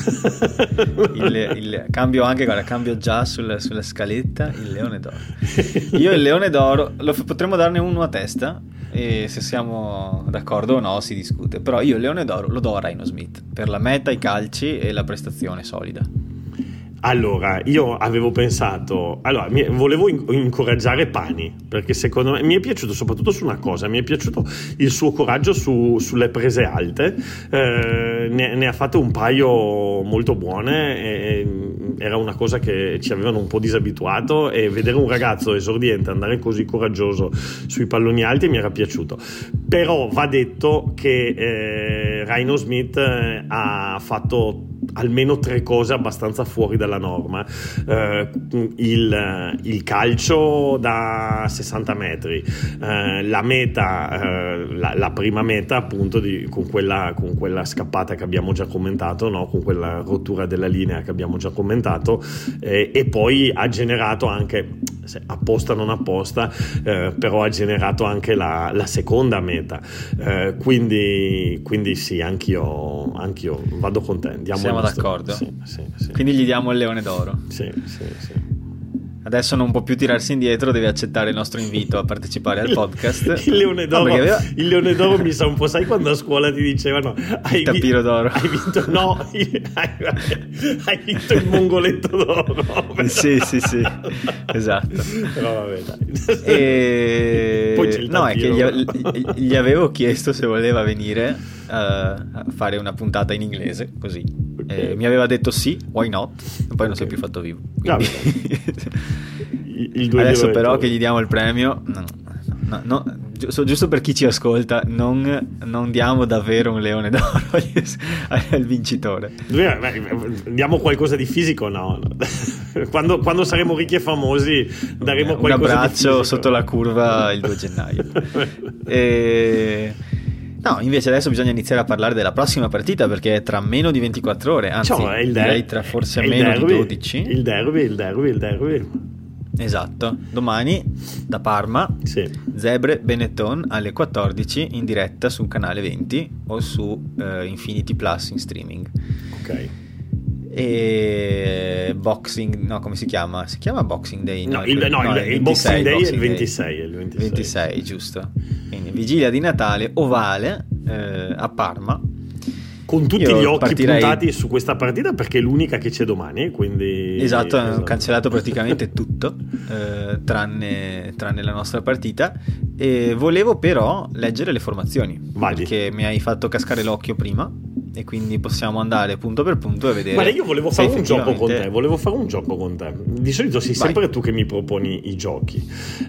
il, il, cambio anche, guarda, cambio già sul, sulla scaletta il leone d'oro. Io il leone d'oro lo, potremmo darne uno a testa e se siamo d'accordo o no si discute, però io il leone d'oro lo do a Rhino Smith per la meta, i calci e la prestazione solida. Allora, io avevo pensato, allora, mi, volevo in, incoraggiare Pani, perché secondo me mi è piaciuto soprattutto su una cosa, mi è piaciuto il suo coraggio su, sulle prese alte, eh, ne, ne ha fatte un paio molto buone, e, era una cosa che ci avevano un po' disabituato e vedere un ragazzo esordiente andare così coraggioso sui palloni alti mi era piaciuto. Però va detto che eh, Rhino Smith eh, ha fatto almeno tre cose abbastanza fuori dalla norma, eh, il, il calcio da sessanta metri, eh, la meta, eh, la, la prima meta appunto di, con, quella, con quella scappata che abbiamo già commentato, no? Con quella rottura della linea che abbiamo già commentato, eh, e poi ha generato anche, se apposta non apposta, eh, però ha generato anche la, la seconda meta, eh, quindi, quindi sì, anch'io, anch'io vado con te. Andiamo Siamo nostro... d'accordo? Sì, sì, sì. Quindi gli diamo il leone d'oro. Sì, sì, sì. Adesso non può più tirarsi indietro, deve accettare il nostro invito a partecipare al podcast. Il leone d'oro, no, aveva... il leone d'oro mi sa un po', sai quando a scuola ti dicevano hai, il tapiro vi... d'oro. Hai vinto, no, hai, hai vinto il mongoletto d'oro. Sì, sì, sì, esatto. Però vabbè, dai. E... Poi c'è il no, è che tapiro. gli, gli avevo chiesto se voleva venire uh, a fare una puntata in inglese, così. Okay. E mi aveva detto sì, why not? E poi non Okay. si è più fatto vivo. Vabbè. Il, il due Adesso di però che gli diamo il premio, no, no, no, giusto, giusto per chi ci ascolta, non, non diamo davvero un leone d'oro al vincitore. Diamo qualcosa di fisico, no? Quando, quando saremo ricchi e famosi daremo un qualcosa di abbraccio fisico. sotto la curva il due gennaio. E... no, invece adesso bisogna iniziare a parlare della prossima partita perché è tra meno di ventiquattro ore, anzi Ciao, è il der- direi tra forse è il meno derby, di dodici. Il derby, il derby, il derby. Esatto, domani da Parma, Sì. Zebre Benetton alle quattordici in diretta su canale venti o su uh, Infinity Plus in streaming. Ok. E Boxing, no, come si chiama? Si chiama Boxing Day? No, il, no, no, il, il ventisei, Boxing Day è il Boxing ventisei, è il ventisei. ventisei, giusto. Quindi vigilia di Natale ovale eh, a Parma. con tutti Io gli occhi partirei... puntati su questa partita perché è l'unica che c'è domani, quindi esatto, hanno esatto. cancellato praticamente tutto eh, tranne, tranne la nostra partita, e volevo però leggere le formazioni. Vai. Perché mi hai fatto cascare l'occhio prima e quindi possiamo andare punto per punto e vedere. Guarda, io volevo fare un effettivamente... gioco con te, volevo fare un gioco con te. Di solito sei Vai. sempre tu che mi proponi i giochi.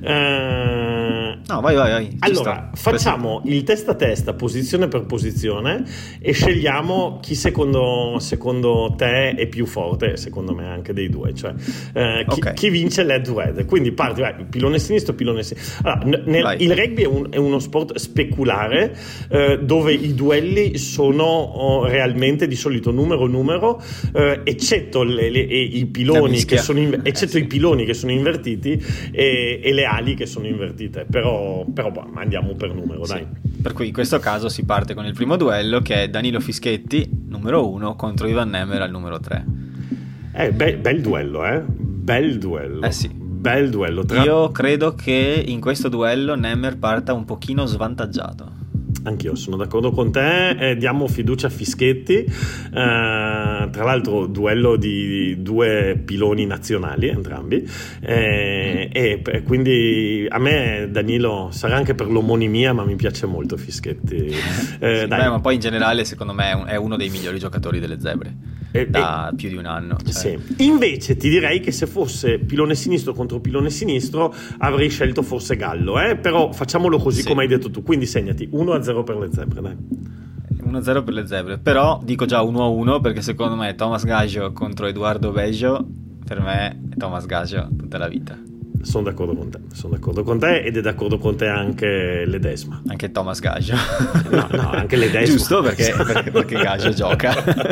Eh... No, vai, vai, vai. Ci Allora, sta. facciamo il testa a testa, posizione per posizione, e scegliamo chi secondo, secondo te è più forte, secondo me anche dei due, cioè eh, chi, Ok. chi vince l'head to head. Quindi parti, vai, pilone sinistro, pilone sinistro. Allora, n- nel- Vai. il rugby è, un- è uno sport speculare eh, dove i duelli sono oh, realmente di solito numero numero, eh, eccetto le- le- e i La piloni mischia. che sono in- Eh, eccetto sì. i piloni che sono invertiti e, e le ali che sono invertite, però, però boh, andiamo per numero, Sì. dai. Per cui in questo caso si parte con il primo duello, che è Danilo Fischetti, numero uno, contro Ivan Nemer al numero tre. Eh, bel, bel duello, eh? Bel duello. Eh sì. Bel duello. Tra... Io credo che in questo duello Nemer parta un pochino svantaggiato. Anch'io sono d'accordo con te, eh, diamo fiducia a Fischetti, eh, tra l'altro duello di due piloni nazionali entrambi, eh, e p- quindi a me Danilo sarà anche per l'omonimia, ma mi piace molto Fischetti. Eh, Sì, dai. beh, ma poi in generale secondo me è, un- è uno dei migliori giocatori delle zebre Eh, da più di un anno. Cioè. Sì. Invece ti direi che se fosse pilone sinistro contro pilone sinistro avrei scelto forse Gallo, eh? Però facciamolo così Sì. come hai detto tu, quindi segnati uno a zero per le zebre, dai. uno a zero per le zebre, però dico già uno a uno perché secondo me Thomas Gaggio contro Edoardo Beggio, per me è Thomas Gaggio tutta la vita. Sono d'accordo con te, sono d'accordo con te ed è d'accordo con te anche Ledesma. Anche Thomas Gaggio. No, no, anche Ledesma. Giusto, perché, perché, perché Gaggio gioca.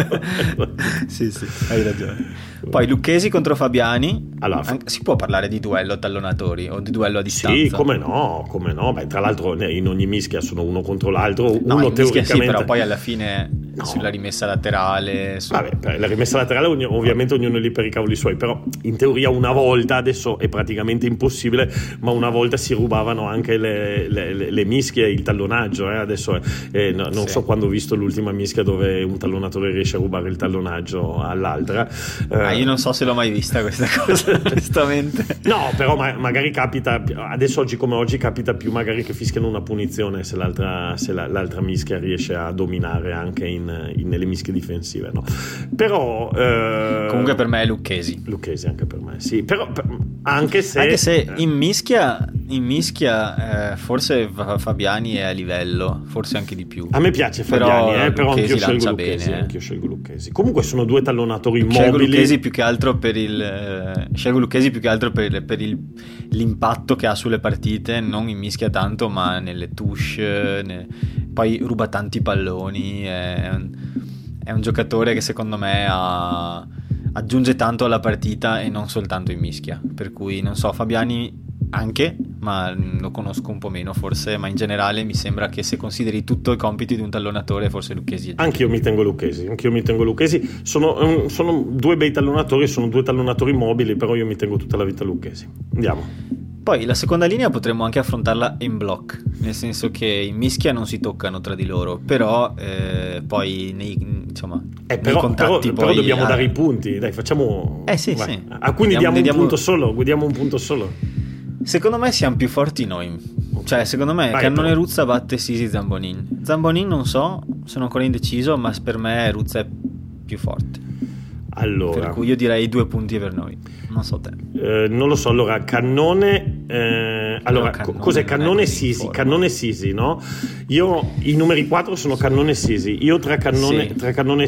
Sì, sì, hai ragione. Poi Lucchesi contro Fabiani. Allora, An- si può parlare di duello tallonatori o di duello a distanza? sì, come no, come no. Beh, tra l'altro in ogni mischia sono uno contro l'altro, No, uno in mischia teoricamente... sì, però poi alla fine No. sulla rimessa laterale su... Vabbè, per la rimessa laterale ogni- ovviamente ognuno è lì per i cavoli suoi, però in teoria una volta, adesso è praticamente impossibile, ma una volta si rubavano anche le, le- le- le mischie, il tallonaggio, eh? Adesso eh, no- non Sì. so quando ho visto l'ultima mischia dove un tallonatore riesce a rubare il tallonaggio all'altra. Eh, Ah, io non so se l'ho mai vista questa cosa, onestamente. No, però ma- magari capita, adesso oggi come oggi capita più magari che fischiano una punizione se l'altra, se la- l'altra mischia riesce a dominare anche in, in- nelle mischie difensive, no? Però eh, Comunque per me è Lucchesi. Lucchesi anche per me, sì, però per- anche se Anche se in mischia, in mischia eh, forse Fa- Fabiani è a livello, forse anche di più. a me piace Però Fabiani, eh, però Lucchesi anch'io scelgo lancia Lucchesi, bene, eh. anch'io scelgo Lucchesi. Comunque sono due tallonatori Scelgo mobili. Lucchesi più che altro per il eh, scelgo Lucchesi più che altro per, il- per il- l'impatto che ha sulle partite, non in mischia tanto, ma nelle touche, ne- poi ruba tanti palloni, è un, è un giocatore che secondo me ha- aggiunge tanto alla partita e non soltanto in mischia, per cui non so, Fabiani anche, ma lo conosco un po' meno forse, ma in generale mi sembra che se consideri tutto i compiti di un tallonatore forse Lucchesi è Anch'io mi tengo Lucchesi, anch'io mi tengo Lucchesi. Sono, um, sono due bei tallonatori, sono due tallonatori mobili, però io mi tengo tutta la vita Lucchesi. Andiamo. Poi la seconda linea potremmo anche affrontarla in block, nel senso che in mischia non si toccano tra di loro, però eh, poi nei, insomma, Eh, nei però, contatti però- poi però dobbiamo ah, dare i punti, dai, facciamo. Eh sì, vai. sì. Ah, quindi Diamo- diamo un diamo- punto solo, guidiamo un punto solo. Secondo me siamo più forti noi. Cioè, secondo me Vai, Cannone però. Ruzza batte Sisi Zambonin. Zambonin non so, sono ancora indeciso, ma per me Ruzza è più forte. Allora, Per cui io direi due punti per noi. Non so te. eh, non lo so, allora Cannone, eh, allora Cannone co- cos'è non è Cannone così in Sisi? forma. Cannone Sisi, no? Io i numeri quattro sono Cannone Sisi. Io tra Cannone, Sì. tra Cannone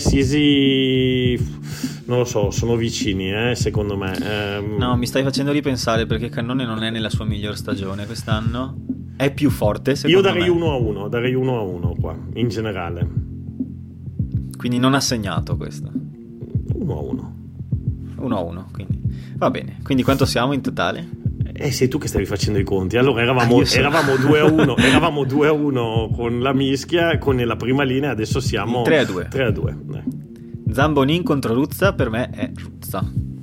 Sisi non lo so, sono vicini, eh, secondo me. Ehm, No, mi stai facendo ripensare perché Cannone non è nella sua miglior stagione quest'anno. È più forte, io secondo darei me. uno a uno, darei uno a uno qua, in generale. Quindi non ha segnato questo. Uno a uno. uno a uno, quindi va bene. Quindi quanto siamo in totale? Eh, sei tu che stavi facendo i conti. Allora eravamo, Ah, io so. eravamo due a uno, eravamo due a uno con la mischia, con la prima linea, adesso siamo tre a due. tre a due. Eh. Zambonin contro Ruzza, per me è Ruzza.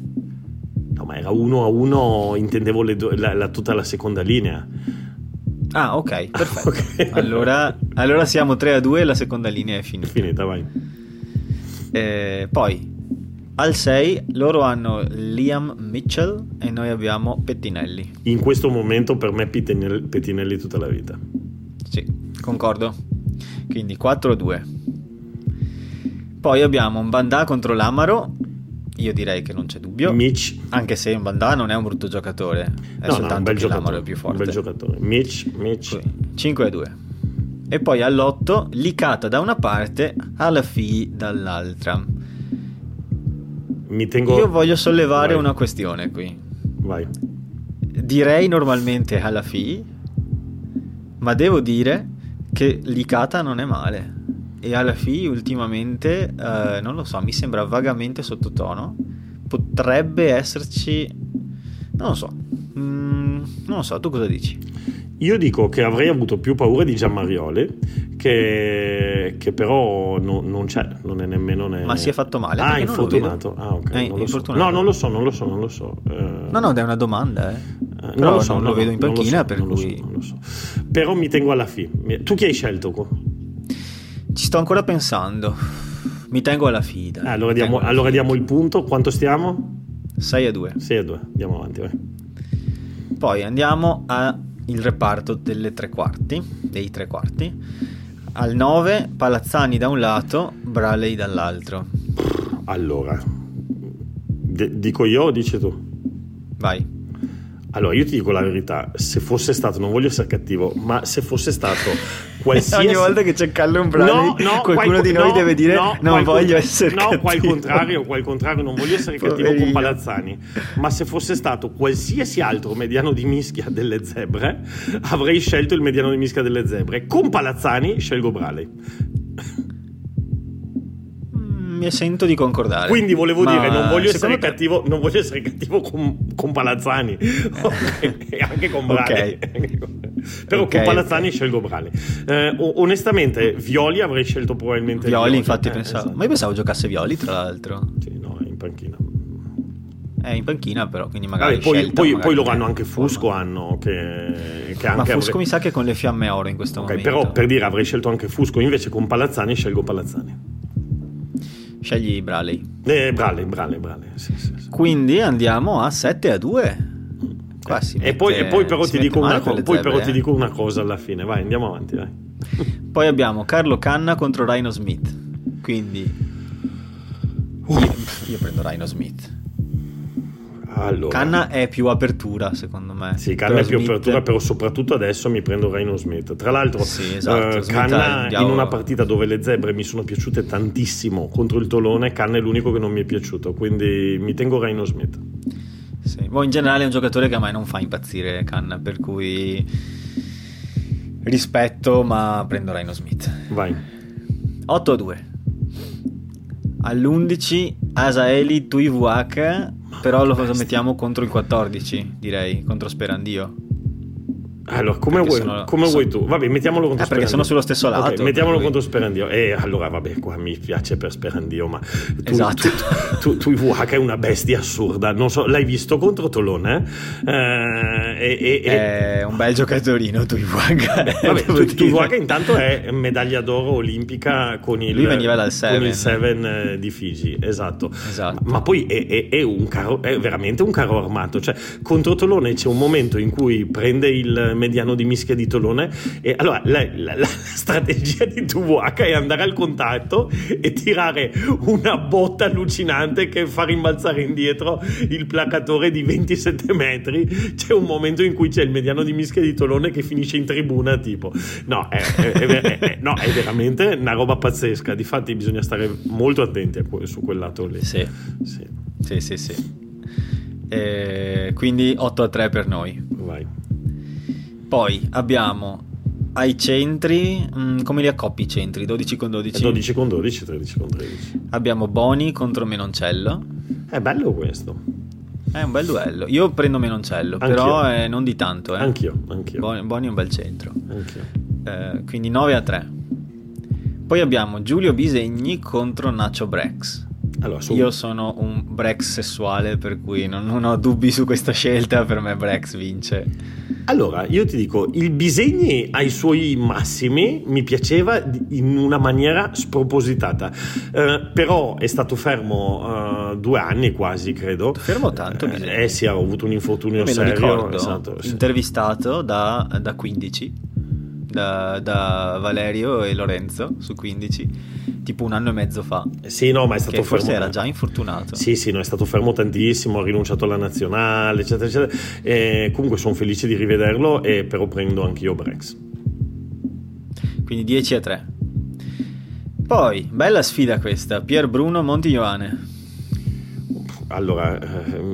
No, ma era uno a uno, intendevo le due- la, la- tutta la seconda linea. Ah, ok, perfetto. Ok. Allora, allora siamo tre a due e la seconda linea è finita. Finita, vai. Eh, poi al sei loro hanno Liam Mitchell e noi abbiamo Pettinelli. In questo momento per me Pettinelli, Pettinelli tutta la vita. Sì, concordo. Quindi quattro a due. Poi abbiamo un Bandà contro l'Amaro. Io direi che non c'è dubbio. Mitch. Anche se un Bandà non è un brutto giocatore, è no, soltanto no, un bel che giocatore, l'Amaro è più forte. Un bel giocatore. Mitch, Mitch. cinque a due. E poi all'otto Licata da una parte, Alafi dall'altra. Mi tengo... Io voglio sollevare Vai. una questione qui. Vai. Direi normalmente Alafi, ma devo dire che Licata non è male. E Alafi ultimamente, eh, non lo so, mi sembra vagamente sottotono. Potrebbe esserci... Non lo so. Mm, non lo so, tu cosa dici? Io dico che avrei avuto più paura di Gianmarioli, che, che però no, non c'è, non è nemmeno... Ne... Ma si è fatto male? Ah, Perché non lo infortunato. vedo. Ah, ok. È non lo so. infortunato. No, non lo so, non lo so, non lo so. Eh... No, no, è una domanda, eh. Eh, Però non lo so, non no, lo vedo in non lo panchina, so, per non lo cui... so, non lo so. Però mi tengo alla fine. Tu chi hai scelto qua? Ci sto ancora pensando. Mi tengo alla fida. Eh, allora diamo, allora diamo il punto. Quanto stiamo? sei a due. sei a due. Andiamo avanti, vai. Poi andiamo al reparto delle tre quarti, dei tre quarti. Al nove Palazzani da un lato, Braley dall'altro. Allora, D- dico io o dici tu? Vai. Allora, io ti dico la verità, se fosse stato, non voglio essere cattivo, ma se fosse stato qualsiasi... Ogni volta che c'è Callum Braley, no, no, qualcuno qual... di noi no, deve dire no, non qual... voglio essere no, cattivo. No, qua al contrario, qua al contrario, non voglio essere cattivo Poverino. con Palazzani, ma se fosse stato qualsiasi altro mediano di mischia delle zebre, avrei scelto il mediano di mischia delle zebre. Con Palazzani scelgo Braley. Mi sento di concordare. Quindi volevo Ma dire, non voglio essere te... cattivo, non voglio essere cattivo con, con Palazzani, okay. E anche con Braley. Okay. Però okay, con Palazzani okay. scelgo Braley. Eh, onestamente, Violi avrei scelto probabilmente Violi. Violi, Infatti, eh, pensavo. esatto. Ma io pensavo giocasse Violi, tra l'altro. Sì, no, è in panchina. È in panchina, però, quindi magari. Vabbè, poi, scelta, poi, magari poi loro hanno anche Fusco, forma. hanno che, che Ma anche Fusco avrei... mi sa che è con le fiamme oro in questo okay, momento. però per dire avrei scelto anche Fusco, invece con Palazzani scelgo Palazzani. Scegli Braley. Eh, Braley, Braley, Braley. Sì, sì, sì. Quindi andiamo a sette a due. Qua si e, mette, poi, e poi però, si ti dico, mette una, male per co- le poi zebre, però eh. ti dico una cosa alla fine. Vai, andiamo avanti, vai. Poi abbiamo Carlo Canna contro Rhino Smith. Quindi io, io prendo Rhino Smith. Allora. Canna è più apertura, secondo me. Sì, Canna Però è più Smith... apertura, però soprattutto adesso mi prendo Rhino Smith. Tra l'altro, sì, esatto, eh, Smith Canna diavolo... in una partita dove le zebre mi sono piaciute tantissimo contro il Tolone, Canna è l'unico che non mi è piaciuto, quindi mi tengo Rhino Smith. Sì. Boh, in generale è un giocatore che a me non fa impazzire Canna, per cui rispetto, ma prendo Rhino Smith. Vai. otto a due. All'undici Asaeli Tuivuaka, però lo mettiamo contro il quattordici, direi, contro Sperandio. Allora, come, vuoi, sono, come sono... vuoi tu? Vabbè, mettiamolo contro eh, perché Sperandio. sono sullo stesso lato. Okay, mettiamolo cui... contro Sperandio. E allora, vabbè, qua mi piace per Sperandio, ma tu, esatto. tu, tu, tu Ivuaka è una bestia assurda. Non so, l'hai visto contro Tolone? Eh, e, e, è un bel giocatorino Tuivuaka. Vabbè, tu, Tuivuaka intanto è medaglia d'oro olimpica con il, lui veniva dal Seven, con il Seven di Figi, esatto. esatto. Ma, ma poi è, è, è, un carro, è veramente un carro armato. Cioè, contro Tolone c'è un momento in cui prende il mediano di mischia di Tolone e allora la, la, la strategia di Tuivuaka è andare al contatto e tirare una botta allucinante che fa rimbalzare indietro il placatore di ventisette metri. C'è un momento in cui c'è il mediano di mischia di Tolone che finisce in tribuna, tipo no è, è, è, è, è, no, è veramente una roba pazzesca. Difatti bisogna stare molto attenti a que- su quel lato lì. Sì, sì, sì, sì, sì. E quindi otto a tre per noi. Vai. Poi abbiamo ai centri, mh, come li accoppi i centri? dodici con dodici? dodici con dodici, tredici con tredici. Abbiamo Boni contro Menoncello. È bello questo. È un bel duello. Io prendo Menoncello, Anch'io. però è non di tanto. Eh. Anch'io, anch'io. Boni, Boni è un bel centro. Anch'io. Eh, quindi nove a tre. Poi abbiamo Giulio Bisegni contro Nacho Brex. Allora, su... Io sono un Brex sessuale, per cui non, non ho dubbi su questa scelta. Per me Brex vince. Allora, io ti dico, il Bisegni ai suoi massimi mi piaceva in una maniera spropositata, eh, però è stato fermo uh, due anni quasi, credo. Fermo tanto Bisegni. Eh, eh sì, ho avuto un infortunio Me lo serio. ricordo, esatto, sì. Intervistato da, da quindici, da, da Valerio e Lorenzo su quindici, tipo un anno e mezzo fa. Sì, no, ma è stato che fermo. Forse era già infortunato. Sì, sì, no, è stato fermo tantissimo, ha rinunciato alla nazionale, eccetera, eccetera. E comunque sono felice di rivederlo, e però prendo anch'io Brex. Quindi dieci a tre. Poi, bella sfida questa, Pier Bruno Monti Ioane. Allora, eh,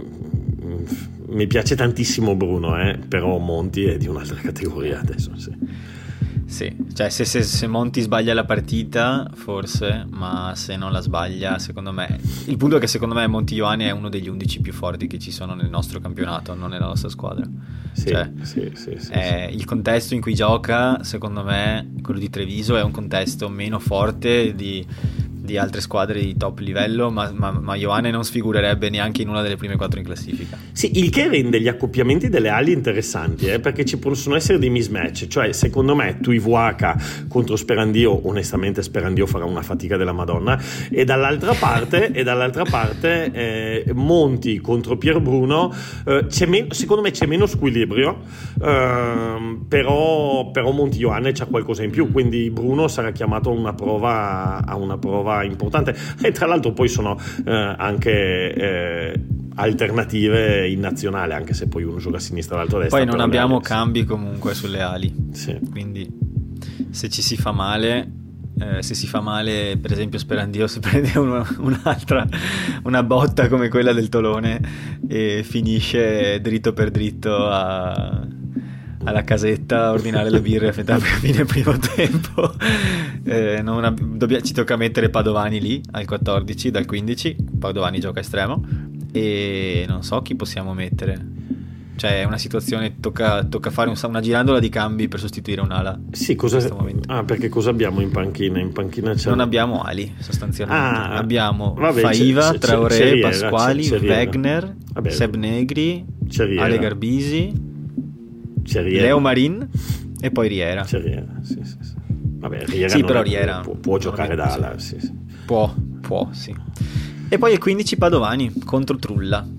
mi piace tantissimo Bruno, eh, però Monti è di un'altra categoria adesso, sì. Sì, cioè se, se, se Monti sbaglia la partita forse, ma se non la sbaglia, secondo me, il punto è che secondo me Monti Ioane è uno degli undici più forti che ci sono nel nostro campionato, non nella nostra squadra. Sì, cioè, sì, sì, sì, è, sì. Il contesto in cui gioca, secondo me, quello di Treviso è un contesto meno forte di, di altre squadre di top livello, ma, ma, ma Ioane non sfigurerebbe neanche in una delle prime quattro in classifica. Sì, il che rende gli accoppiamenti delle ali interessanti, eh, perché ci possono essere dei mismatch, cioè secondo me tu I V H contro Sperandio, onestamente Sperandio farà una fatica della Madonna, e dall'altra parte, e dall'altra parte eh, Monti contro Pier Bruno, eh, c'è men- secondo me c'è meno squilibrio, eh, però, però Monti Ioane c'ha qualcosa in più, quindi Bruno sarà chiamato a una prova, a una prova importante, e tra l'altro poi sono eh, anche eh, alternative in nazionale, anche se poi uno gioca a sinistra e l'altro a destra. Poi non abbiamo ali, cambi comunque sulle ali, sì. Quindi se ci si fa male, eh, se si fa male per esempio Sperandio si prende uno, un'altra una botta come quella del Tolone e finisce dritto per dritto a alla casetta a ordinare le birre a fine primo tempo. eh, non ab- dobbia- ci tocca mettere Padovani lì al quattordici, dal quindici Padovani gioca estremo, e non so chi possiamo mettere, cioè è una situazione, tocca, tocca fare un, una girandola di cambi per sostituire un'ala. Sì, cosa, in questo momento. Ah, perché cosa abbiamo in panchina? In panchina c'è... Non abbiamo ali sostanzialmente. Ah, abbiamo vabbè, Faiva, c'è, c'è, Traoré, Ceriera, Pasquali, c'è, Ceriera. Wegner, Vabbè, Seb Negri, Ceriera. Ale Garbisi, Ceriera. Leo Marin e poi Riera. Ceriera, sì, sì, sì. Vabbè, Riera, sì, non però è, Riera può, può giocare da ala, sì, sì. Può, può, sì. E poi il quindici Padovani contro Trulla.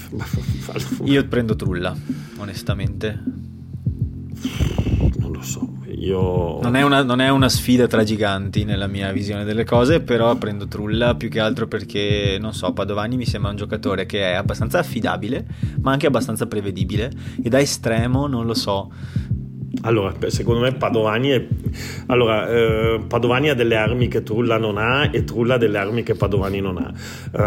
Io prendo Trulla, onestamente. Non lo so, io... Non è, una, non è una sfida tra giganti nella mia visione delle cose, però prendo Trulla più che altro perché, non so, Padovani mi sembra un giocatore che è abbastanza affidabile, ma anche abbastanza prevedibile, e da estremo non lo so. Allora, secondo me Padovani è... allora, eh, Padovani ha delle armi che Trulla non ha, e Trulla ha delle armi che Padovani non ha.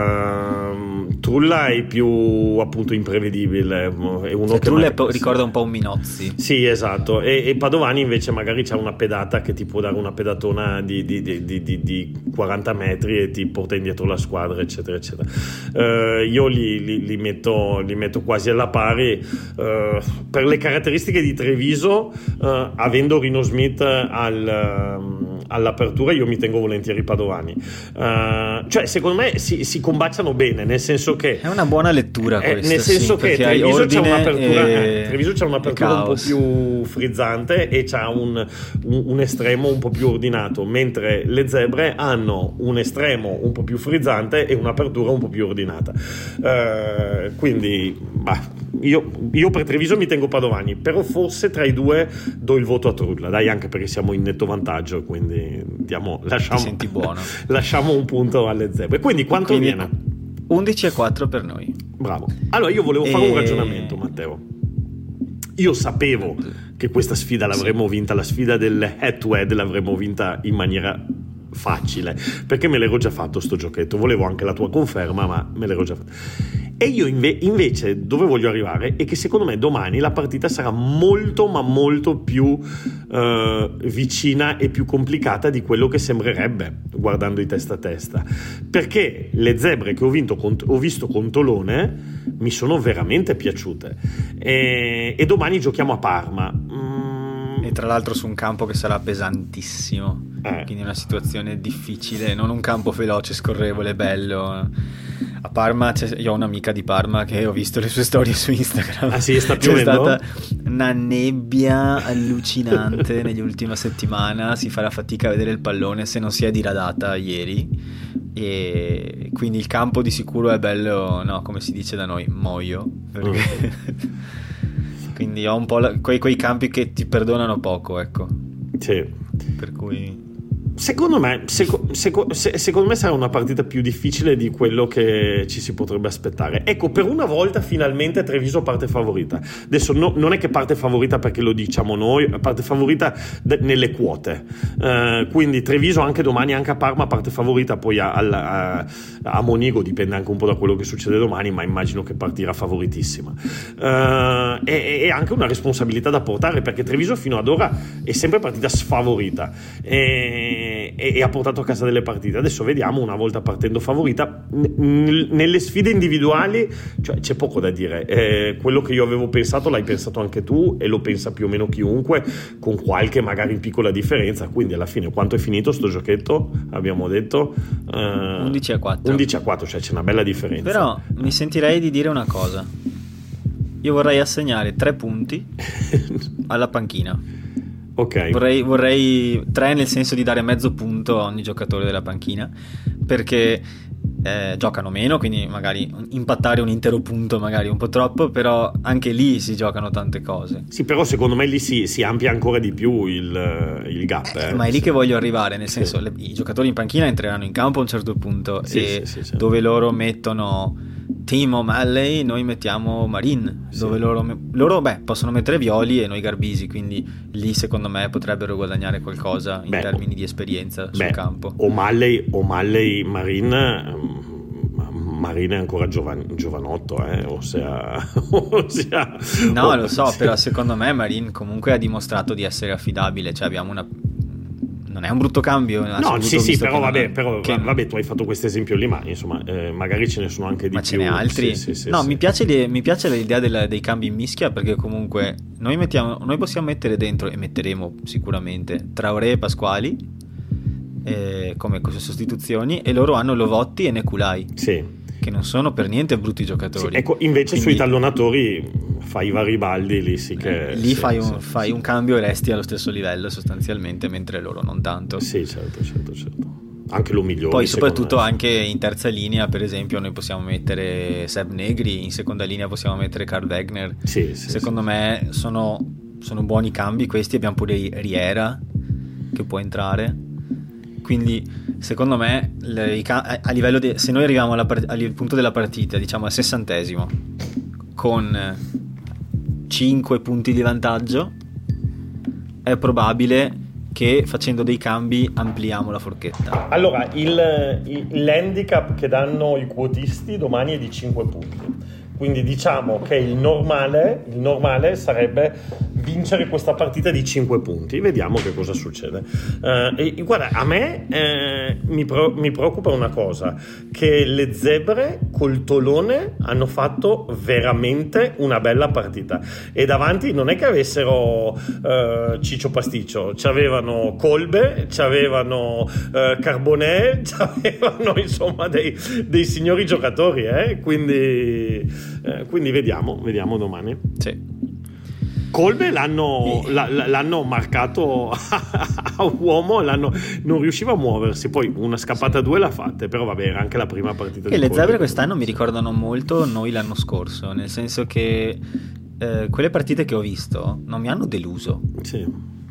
Uh, Trulla è più appunto imprevedibile, è uno cioè, che Trulla magari... po- ricorda un po' un Minozzi. Sì, esatto, e, e Padovani invece magari c'ha una pedata che ti può dare una pedatona di, di, di, di, di, di quaranta metri e ti porta indietro la squadra, eccetera eccetera. Uh, io li, li, li, metto, li metto quasi alla pari, uh, per le caratteristiche di Treviso. Uh, avendo Rino Smith al, uh, all'apertura, io mi tengo volentieri Padovani, uh, cioè secondo me si, si combaciano bene, nel senso che è una buona lettura eh, questa, nel senso sì, che Treviso c'è un'apertura, e... eh, Treviso c'è un'apertura un po' più frizzante e c'ha un, un, un estremo un po' più ordinato, mentre le Zebre hanno un estremo un po' più frizzante e un'apertura un po' più ordinata, uh, quindi bah, io, io per Treviso mi tengo Padovani, però forse tra i due do il voto a Trulla, dai, anche perché siamo in netto vantaggio, quindi diamo, lasciamo, ti senti buono. lasciamo un punto alle Zebre. Quindi quanto quindi viene? undici a quattro per noi. Bravo. Allora io volevo fare e... un ragionamento, Matteo. Io sapevo che questa sfida l'avremmo vinta, la sfida del head to head l'avremmo vinta in maniera facile, perché me l'ero già fatto sto giochetto, volevo anche la tua conferma, ma me l'ero già fatto. E io inve- invece dove voglio arrivare è che secondo me domani la partita sarà molto ma molto più eh, vicina e più complicata di quello che sembrerebbe guardando i testa a testa, perché le Zebre che ho, vinto con, ho visto con Tolone mi sono veramente piaciute, e, e domani giochiamo a Parma, mm. e tra l'altro su un campo che sarà pesantissimo, eh. quindi una situazione difficile, non un campo veloce, scorrevole, bello. a Parma io ho un'amica di Parma che ho visto le sue storie su Instagram. Ah sì, sta C'è piovendo? stata una nebbia allucinante nell'ultima settimana, si farà fatica a vedere il pallone se non si è diradata ieri, e quindi il campo di sicuro è bello, no, come si dice da noi, moio, perché quindi ho un po' la, quei, quei campi che ti perdonano poco, ecco. Sì. Per cui Secondo me, seco, seco, se, secondo me sarà una partita più difficile di quello che ci si potrebbe aspettare. Ecco, per una volta finalmente Treviso parte favorita. Adesso no, non è che parte favorita perché lo diciamo noi, parte favorita de, nelle quote. Uh, quindi Treviso anche domani, anche a Parma parte favorita, poi a, a, a Monigo dipende anche un po' da quello che succede domani, ma immagino che partirà favoritissima. Uh, e, e anche una responsabilità da portare, perché Treviso fino ad ora è sempre partita sfavorita. E E, e ha portato a casa delle partite. Adesso vediamo, una volta partendo favorita, n- nelle sfide individuali, cioè, c'è poco da dire. Eh, quello che io avevo pensato l'hai pensato anche tu, e lo pensa più o meno chiunque, con qualche magari piccola differenza. Quindi alla fine quanto è finito sto giochetto? Abbiamo detto eh, undici a quattro. undici a quattro, cioè c'è una bella differenza. Però mi sentirei di dire una cosa: io vorrei assegnare tre punti alla panchina. Ok. Vorrei, vorrei tre, nel senso di dare mezzo punto a ogni giocatore della panchina, perché eh, giocano meno, quindi magari impattare un intero punto magari un po' troppo, però anche lì si giocano tante cose. Sì, però secondo me lì si, si amplia ancora di più il, il gap. Eh. Ma è lì sì. che voglio arrivare, nel senso, sì. le, i giocatori in panchina entreranno in campo a un certo punto, sì, e sì, sì, sì. dove loro mettono Team O'Malley, noi mettiamo Marin, sì. dove loro, loro beh, possono mettere Violi e noi Garbisi, quindi lì secondo me potrebbero guadagnare qualcosa in beh, termini di esperienza sul beh, campo. O'Malley, O'Malley Marin Marin è ancora giovan- giovanotto, eh? ossia, ossia no, oh, lo so, sì. Però secondo me Marin comunque ha dimostrato di essere affidabile, cioè abbiamo una non è un brutto cambio. No, sì, sì, però vabbè, è, però, che... vabbè, tu hai fatto questo esempio lì, ma insomma, eh, magari ce ne sono anche di ma più. Ma ce n'è altri? Sì, sì, sì, no, sì. Mi, piace le, mi piace l'idea della, dei cambi in mischia, perché comunque noi, mettiamo, noi possiamo mettere dentro, e metteremo sicuramente, Traoré e Pasquali eh, come sostituzioni, e loro hanno Lovotti e Neculai. Sì. Che non sono per niente brutti giocatori. Sì, ecco, invece quindi, sui tallonatori fai i vari baldi lì sì che... Eh, lì sì, fai, un, sì, fai sì. un cambio e resti allo stesso livello sostanzialmente, mentre loro non tanto. Sì, certo, certo, certo. Anche lo migliore. Poi soprattutto anche in terza linea, per esempio, noi possiamo mettere Seb Negri, in seconda linea possiamo mettere Karl Wegner. Sì, sì, Secondo sì. me sono, sono buoni cambi questi. Abbiamo pure Riera che può entrare. Quindi secondo me le, a livello di, se noi arriviamo alla, al punto della partita, diciamo al sessantesimo, con cinque punti di vantaggio, è probabile che facendo dei cambi ampliamo la forchetta. Allora, il, il, l'handicap che danno i quotisti domani è di cinque punti. Quindi diciamo che il normale, il normale sarebbe vincere questa partita di cinque punti. Vediamo che cosa succede. Uh, e, guarda, a me eh, mi, pro, mi preoccupa una cosa, che le zebre col Tolone hanno fatto veramente una bella partita, e davanti non è che avessero uh, Ciccio Pasticcio, c'avevano Kolbe, c'avevano uh, Carbonè, c'avevano insomma dei, dei signori giocatori, eh? quindi Eh, quindi vediamo, vediamo domani. Sì. Kolbe l'hanno, e... l'hanno marcato a uomo, l'hanno, non riusciva a muoversi, poi una scappata a due l'ha fatta, però vabbè, era anche la prima partita. E di le Kolbe. zebre quest'anno mi ricordano molto noi l'anno scorso, nel senso che eh, quelle partite che ho visto non mi hanno deluso. Sì.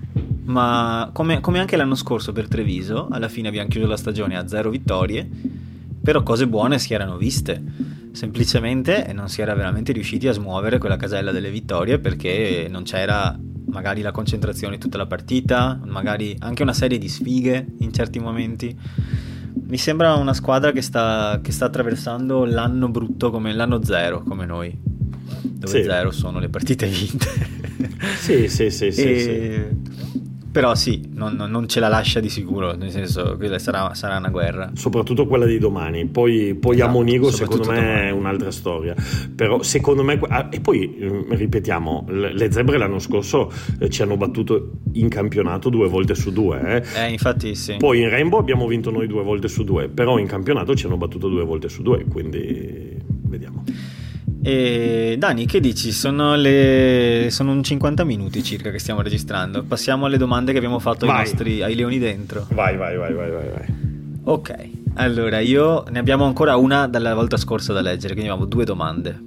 Ma come, come anche l'anno scorso per Treviso, alla fine abbiamo chiuso la stagione a zero vittorie, però cose buone si erano viste. Semplicemente non si era veramente riusciti a smuovere quella casella delle vittorie, perché non c'era magari la concentrazione tutta la partita, magari anche una serie di sfighe in certi momenti. Mi sembra una squadra che sta, che sta attraversando l'anno brutto, come l'anno zero, come noi, dove sì. zero sono le partite vinte. Sì, sì, sì, sì, e... sì. Però sì, non, non ce la lascia di sicuro, nel senso che sarà, sarà una guerra. Soprattutto quella di domani. Poi, poi Esatto, a Monigo secondo me domani. è un'altra storia. Però secondo me... E poi ripetiamo, le Zebre l'anno scorso ci hanno battuto in campionato due volte su due. Eh, eh infatti sì. Poi in Rainbow abbiamo vinto noi due volte su due, però in campionato ci hanno battuto due volte su due, quindi vediamo. E Dani, che dici? Sono le sono un cinquanta minuti circa che stiamo registrando. Passiamo alle domande che abbiamo fatto ai nostri ai leoni dentro. Vai, vai, vai, vai, vai, vai. Ok, allora io ne abbiamo ancora una dalla volta scorsa da leggere, quindi abbiamo due domande.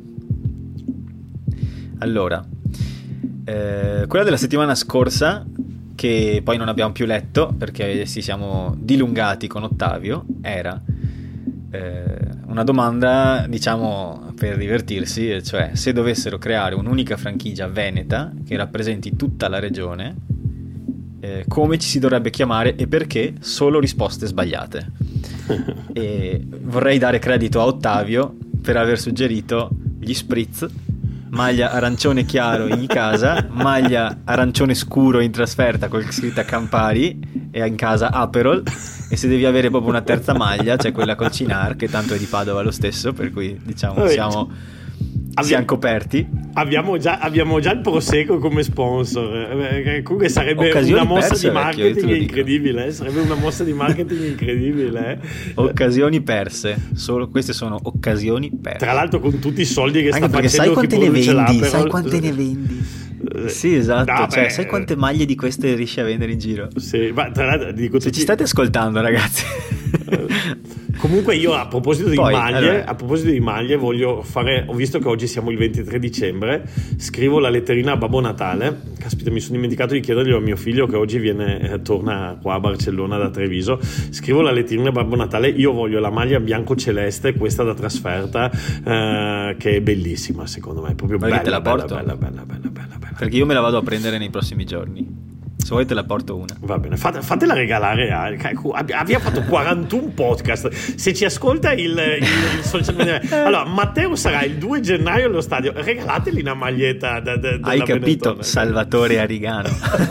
Allora, eh, quella della settimana scorsa, che poi non abbiamo più letto perché ci siamo dilungati con Ottavio, era eh, una domanda, diciamo, per divertirsi, cioè se dovessero creare un'unica franchigia veneta che rappresenti tutta la regione, eh, come ci si dovrebbe chiamare e perché? Solo risposte sbagliate. E vorrei dare credito a Ottavio per aver suggerito gli Spritz, maglia arancione chiaro in casa, maglia arancione scuro in trasferta con scritta Campari e in casa Aperol, e se devi avere proprio una terza maglia c'è quella col Cinar che tanto è di Padova lo stesso, per cui diciamo Vabbè, siamo, abbi- siamo coperti. Abbiamo già, abbiamo già il Prosecco come sponsor, eh, comunque sarebbe Occasioni una mossa perse, di vecchio, marketing io te lo incredibile, eh? Sarebbe una mossa di marketing incredibile. Eh? Occasioni perse, solo queste sono occasioni perse. Tra l'altro con tutti i soldi che Anche sta perché facendo sai chi quante ne produce vendi, l'Aperol. sai quante ne vendi. Sì, esatto, No, cioè beh, sai quante maglie di queste riesci a vendere in giro? Sì, ma tra l'altro dico Se tutti... ci state ascoltando, ragazzi. Comunque io a proposito di Poi, maglie, allora... a proposito di maglie voglio fare, ho visto che oggi siamo il ventitré dicembre, scrivo la letterina a Babbo Natale. Caspita, mi sono dimenticato di chiederglielo a mio figlio che oggi viene, eh, torna qua a Barcellona da Treviso. Scrivo la letterina a Babbo Natale, io voglio la maglia bianco celeste, questa da trasferta, eh, che è bellissima secondo me, è proprio bella, te la bella, porto? bella, bella, bella, bella, bella. Perché io me la vado a prendere nei prossimi giorni. Se vuoi te la porto una. Va bene, fate, fatela regalare a, abbiamo fatto quarantuno podcast. Se ci ascolta il, il, il social media, allora Matteo sarà il due gennaio allo stadio, regalateli una maglietta da, da, hai capito, Benetton. Salvatore Arigano.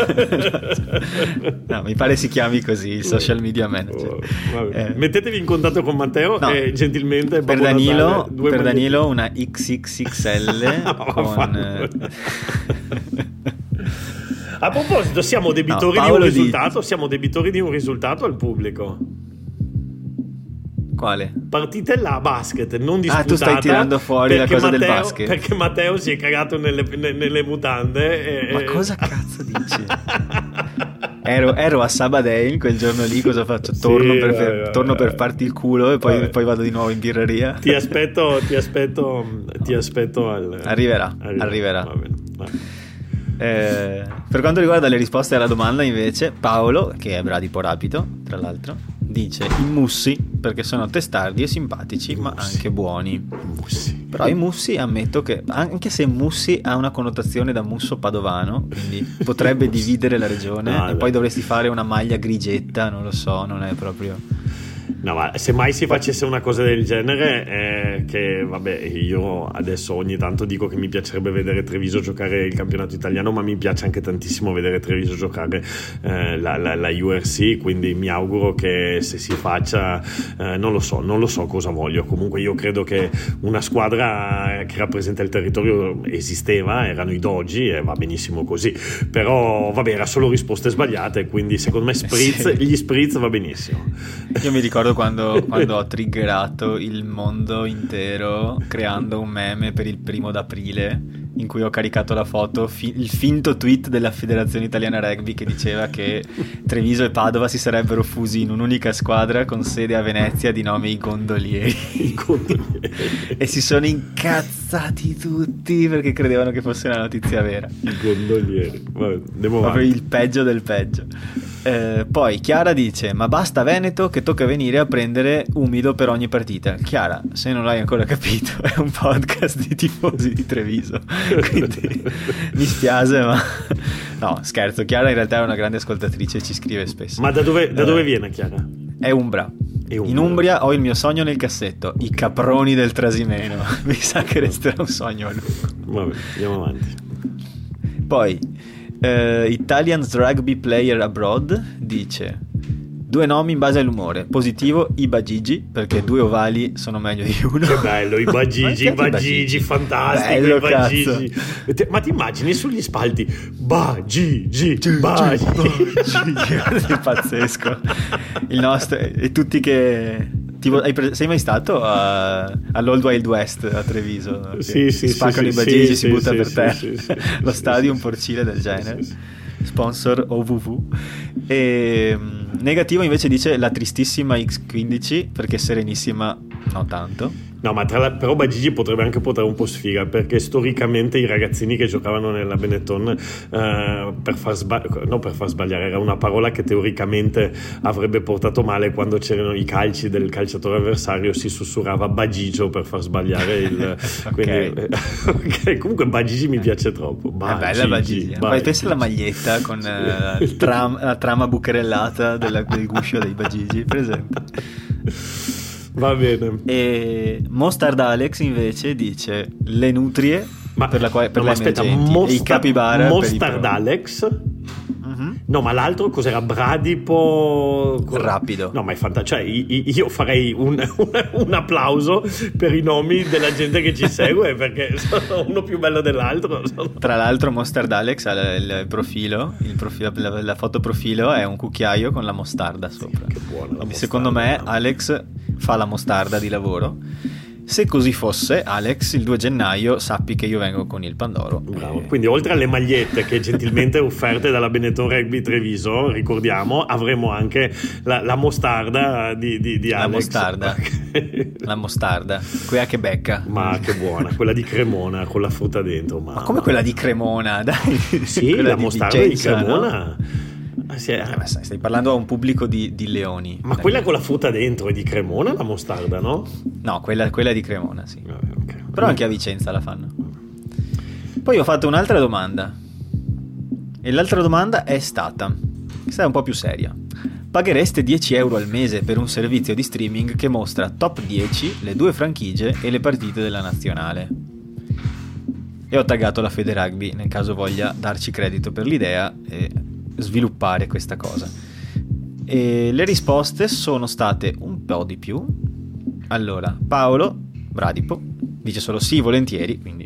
No, mi pare si chiami così il social media manager. Oh, eh. Mettetevi in contatto con Matteo no, e gentilmente per Babbo Danilo, Natale, due per magliette. Danilo una X X X L con a proposito, siamo debitori no, di un Paolo risultato, di... siamo debitori di un risultato al pubblico. Quale? Partitella a basket non disputata. Ah, tu stai tirando fuori la cosa Matteo, del basket. Perché Matteo si è cagato nelle, nelle mutande. E... Ma cosa cazzo dici? Ero, ero a Sabadell quel giorno lì, cosa faccio? Torno, sì, per, vabbè, vabbè, torno per farti il culo e poi, poi vado di nuovo in birreria. Ti aspetto, ti aspetto, ti aspetto al... Arriverà, arriverà. arriverà. Va bene, va bene. Eh, per quanto riguarda le risposte alla domanda invece, Paolo, che è bradipo rapido tra l'altro, dice i mussi perché sono testardi e simpatici, ma anche buoni. Mussi. Però i mussi, ammetto che anche se mussi ha una connotazione da musso padovano, quindi potrebbe dividere la regione, no, e beh. Poi dovresti fare una maglia grigetta, non lo so, non è proprio... No, ma se mai si facesse una cosa del genere, eh, che vabbè, io adesso ogni tanto dico che mi piacerebbe vedere Treviso giocare il campionato italiano, ma mi piace anche tantissimo vedere Treviso giocare eh, la, la, la U R C, quindi mi auguro che se si faccia, eh, non lo so, non lo so cosa voglio. Comunque io credo che una squadra che rappresenta il territorio esisteva, erano i Dogi e va benissimo così, però vabbè, era solo risposte sbagliate, quindi secondo me Spritz, sì. Gli Spritz va benissimo. Io mi ricordo quando, quando ho triggerato il mondo intero creando un meme per il primo d'aprile in cui ho caricato la foto, fi- il finto tweet della Federazione Italiana Rugby che diceva che Treviso e Padova si sarebbero fusi in un'unica squadra con sede a Venezia di nome i Gondolieri. I Gondolieri. E si sono incazzati tutti perché credevano che fosse una notizia vera. I Gondolieri. Vabbè, andiamo proprio il peggio del peggio. Eh, poi Chiara dice: ma basta Veneto che tocca venire a prendere umido per ogni partita. Chiara, se non l'hai ancora capito, è un podcast di tifosi di Treviso, quindi mi spiace, ma no, scherzo. Chiara in realtà è una grande ascoltatrice e ci scrive spesso. Ma da dove, da dove viene Chiara? È Umbra. È Umbra. In Umbria ho il mio sogno nel cassetto, i caproni del Trasimeno. Mi sa che resterà un sogno a lungo. Vabbè, andiamo avanti. Poi uh, Italians Rugby Player Abroad dice: due nomi in base all'umore. Positivo Iba Gigi, perché due ovali sono meglio di uno. Che bello Iba Gigi, Iba Gigi, fantastico. Bello, Iba Gigi. Ma ti immagini sugli spalti Ba Gigi, Ba Gigi, pazzesco. Il nostro, e tutti che tipo, hai pre- sei mai stato a, all'Old Wild West a Treviso? Sì, sì, si spaccano sì, i bagigi, sì, si sì, butta sì, per sì, terra. sì, sì, Lo sì, stadio sì, un porcile del genere. sì, sì. Sponsor O V V. E negativo invece dice la tristissima X quindici, perché serenissima no tanto. No, ma tra la, però Bagigi potrebbe anche portare un po' sfiga, perché storicamente i ragazzini che giocavano nella Benetton, eh, per far sbagliare, no per far sbagliare, era una parola che teoricamente avrebbe portato male. Quando c'erano i calci del calciatore avversario si sussurrava Bagigio per far sbagliare il okay. Quindi, okay. Comunque Bagigi mi piace troppo. Bagigi, è bella Bagigi. Poi pensa alla maglietta con eh, il tram, la trama bucherellata della, del guscio dei Bagigi, presente? Va bene. E Mostard Alex invece dice le nutrie, ma per la quale per no, le aspetta, emergenti, Mostar- e i capibara Mostard Alex. Uh-huh. No, ma l'altro cos'era? Bradipo rapido. No, ma è fantastico. Cioè, io farei un, un, un applauso per i nomi della gente che ci segue, perché sono uno più bello dell'altro. Tra l'altro Mostard Alex ha il profilo, il profilo la, la foto profilo è un cucchiaio con la mostarda sopra. Che buono. Quindi secondo me Alex fa la mostarda di lavoro. Se così fosse, Alex, il due gennaio sappi che io vengo con il Pandoro. Bravo. E... Quindi oltre alle magliette che gentilmente offerte dalla Benetton Rugby Treviso, ricordiamo, avremo anche la, la mostarda di, di, di Alex. La mostarda. La mostarda. Quella che becca. Ma che buona, quella di Cremona con la frutta dentro. Ma, ma come quella di Cremona? Dai. Sì, la di mostarda Vicenza, di Cremona. No? Ah, sì, eh. Eh, stai parlando a un pubblico di, di leoni. Ma quella mia. Con la frutta dentro è di Cremona la mostarda, no? No, quella, quella è di Cremona, sì. Ah, okay. Però anche a Vicenza la fanno. Poi ho fatto un'altra domanda. E l'altra domanda è stata, questa è un po' più seria: paghereste dieci euro al mese per un servizio di streaming che mostra top dieci, le due franchigie e le partite della nazionale? E ho taggato la Federugby nel caso voglia darci credito per l'idea e sviluppare questa cosa. E le risposte sono state un po' di più. Allora, Paolo Bradipo dice solo sì, volentieri, quindi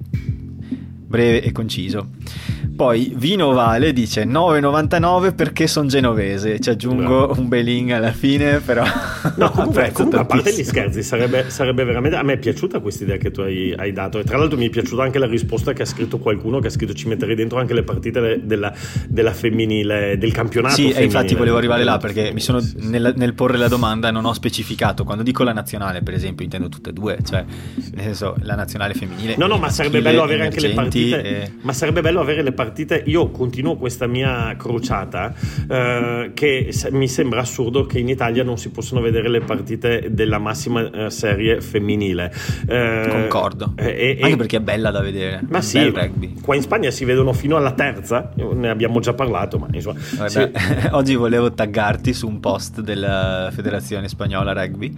breve e conciso. Poi Vino Vale dice nove e novantanove perché sono genovese. Ci aggiungo Bravo. un belin alla fine, però no, comunque, comunque a parte gli scherzi, sarebbe, sarebbe veramente, a me è piaciuta questa idea che tu hai, hai dato, e tra l'altro mi è piaciuta anche la risposta che ha scritto qualcuno, che ha scritto ci metterei dentro anche le partite della, della femminile, del campionato sì, femminile. E infatti volevo arrivare là, perché mi sono sì, sì. Nel, nel porre la domanda non ho specificato. Quando dico la nazionale, per esempio, intendo tutte e due, cioè sì. nel senso la nazionale femminile. No, no, ma sarebbe bello avere anche le partite e... ma sarebbe bello avere le partite. Io continuo questa mia crociata, eh, che mi sembra assurdo che in Italia non si possano vedere le partite della massima eh, serie femminile. Eh, Concordo. Eh, anche perché è bella da vedere. Ma sì, bel rugby. Qua in Spagna si vedono fino alla terza, ne abbiamo già parlato, ma insomma. Guarda, sì. Oggi volevo taggarti su un post della Federazione Spagnola Rugby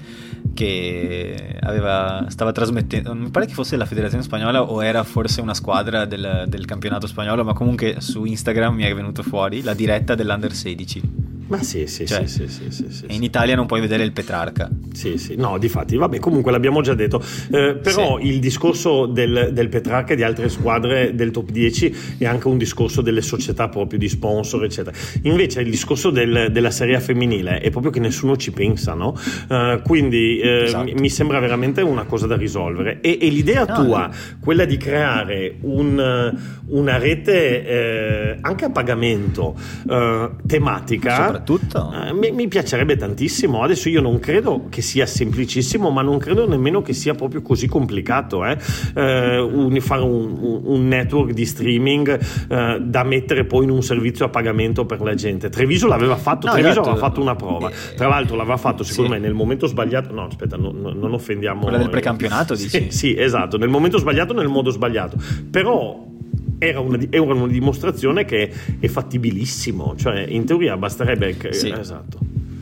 che aveva, stava trasmettendo, non mi pare che fosse la Federazione Spagnola o era forse una squadra del, del campionato spagnolo, ma comunque su Instagram mi è venuto fuori la diretta dell'Under sedici. Ma sì, sì, cioè, sì, sì, sì, sì, e in Italia non puoi vedere il Petrarca. Sì, sì, no, difatti, vabbè, comunque l'abbiamo già detto. Eh, però sì. Il discorso del, del Petrarca e di altre squadre del top dieci è anche un discorso delle società proprio di sponsor, eccetera. Invece il discorso del, della Serie A femminile è proprio che nessuno ci pensa, no? Uh, quindi eh, esatto. mi, mi sembra veramente una cosa da risolvere. E, e l'idea no, tua, no. quella di creare un, una rete eh, anche a pagamento eh, tematica, tutto eh, mi, mi piacerebbe tantissimo. Adesso io non credo che sia semplicissimo, ma non credo nemmeno che sia proprio così complicato eh? Eh, un, fare un, un, un network di streaming eh, da mettere poi in un servizio a pagamento per la gente. Treviso l'aveva fatto, no, Treviso esatto. aveva fatto una prova, tra l'altro l'aveva fatto secondo sì. me nel momento sbagliato. No, aspetta, no, no, non offendiamo quella del precampionato, eh, dici? Sì, sì, esatto, nel momento sbagliato, nel modo sbagliato, però Era una, era una dimostrazione che è fattibilissimo, cioè in teoria basterebbe che, sì. esatto.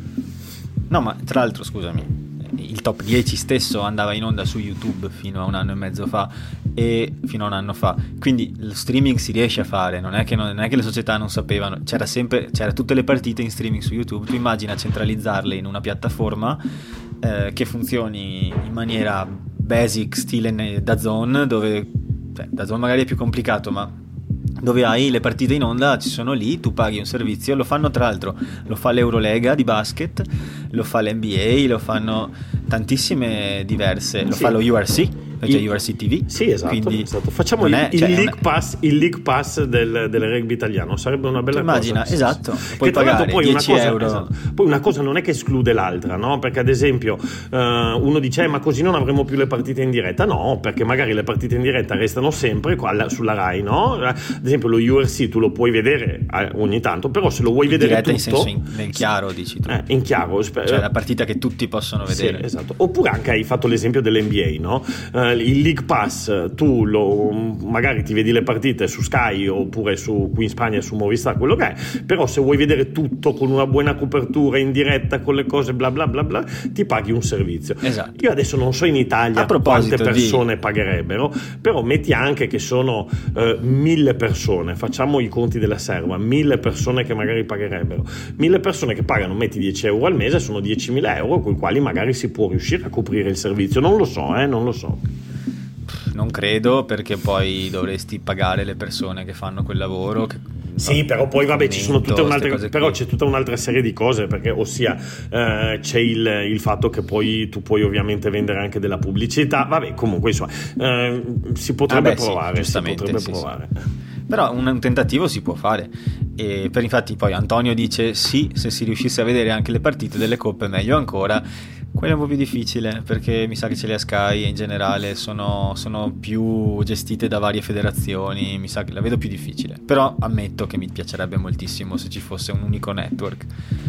No, ma tra l'altro scusami, il top dieci stesso andava in onda su YouTube fino a un anno e mezzo fa e fino a un anno fa, quindi lo streaming si riesce a fare, non è che, non, non è che le società non sapevano, c'era sempre, c'era tutte le partite in streaming su YouTube. Tu immagina centralizzarle in una piattaforma eh, che funzioni in maniera basic, stile DAZN, dove cioè, DAZN magari è più complicato, ma dove hai le partite in onda, ci sono lì, tu paghi un servizio. Lo fanno, tra l'altro, lo fa l'Eurolega di basket, lo fa l'N B A, lo fanno tantissime diverse, lo sì. fa lo U R C, cioè il, U R C T V. Sì, esatto, quindi esatto. Facciamo il, è, il, cioè, League una... Pass, il League Pass del, del rugby italiano sarebbe una bella immagina, cosa. esatto, Che puoi pagare poi dieci una cosa, euro. Esatto. Poi una cosa non è che esclude l'altra, no? Perché ad esempio uh, uno dice eh, ma così non avremo più le partite in diretta. No, perché magari le partite in diretta restano sempre qua, sulla Rai, no? Ad esempio lo U R C tu lo puoi vedere ogni tanto, però se lo vuoi in vedere diretta tutto in senso in, nel chiaro, dici tu, eh, in chiaro, cioè la partita che tutti possono vedere. Sì, esatto. Oppure anche hai fatto l'esempio dell'N B A, no? Uh, il League Pass tu lo, magari ti vedi le partite su Sky oppure su, qui in Spagna su Movistar, quello che è, però se vuoi vedere tutto con una buona copertura in diretta con le cose bla bla bla bla, ti paghi un servizio. Esatto. Io adesso non so in Italia quante persone di... pagherebbero, però metti anche che sono uh, mille persone, facciamo i conti della serva, mille persone che magari pagherebbero, mille persone che pagano, metti dieci euro al mese, sono diecimila euro con i quali magari si può riuscire a coprire il servizio. Non lo so, eh, non lo so. Non credo, perché poi dovresti pagare le persone che fanno quel lavoro. Che, sì, no, però poi vabbè, ci sono tutte un'altra, però qui. c'è tutta un'altra serie di cose, perché ossia eh, c'è il, il fatto che poi tu puoi ovviamente vendere anche della pubblicità. Vabbè, comunque insomma, eh, si potrebbe ah beh, provare, sì, si potrebbe sì, provare. Sì. Però un, un tentativo si può fare. E per infatti poi Antonio dice sì, se si riuscisse a vedere anche le partite delle coppe meglio ancora. Quello è un po' più difficile, perché mi sa che ce le ha Sky e in generale sono, sono più gestite da varie federazioni, mi sa che la vedo più difficile. Però ammetto che mi piacerebbe moltissimo se ci fosse un unico network.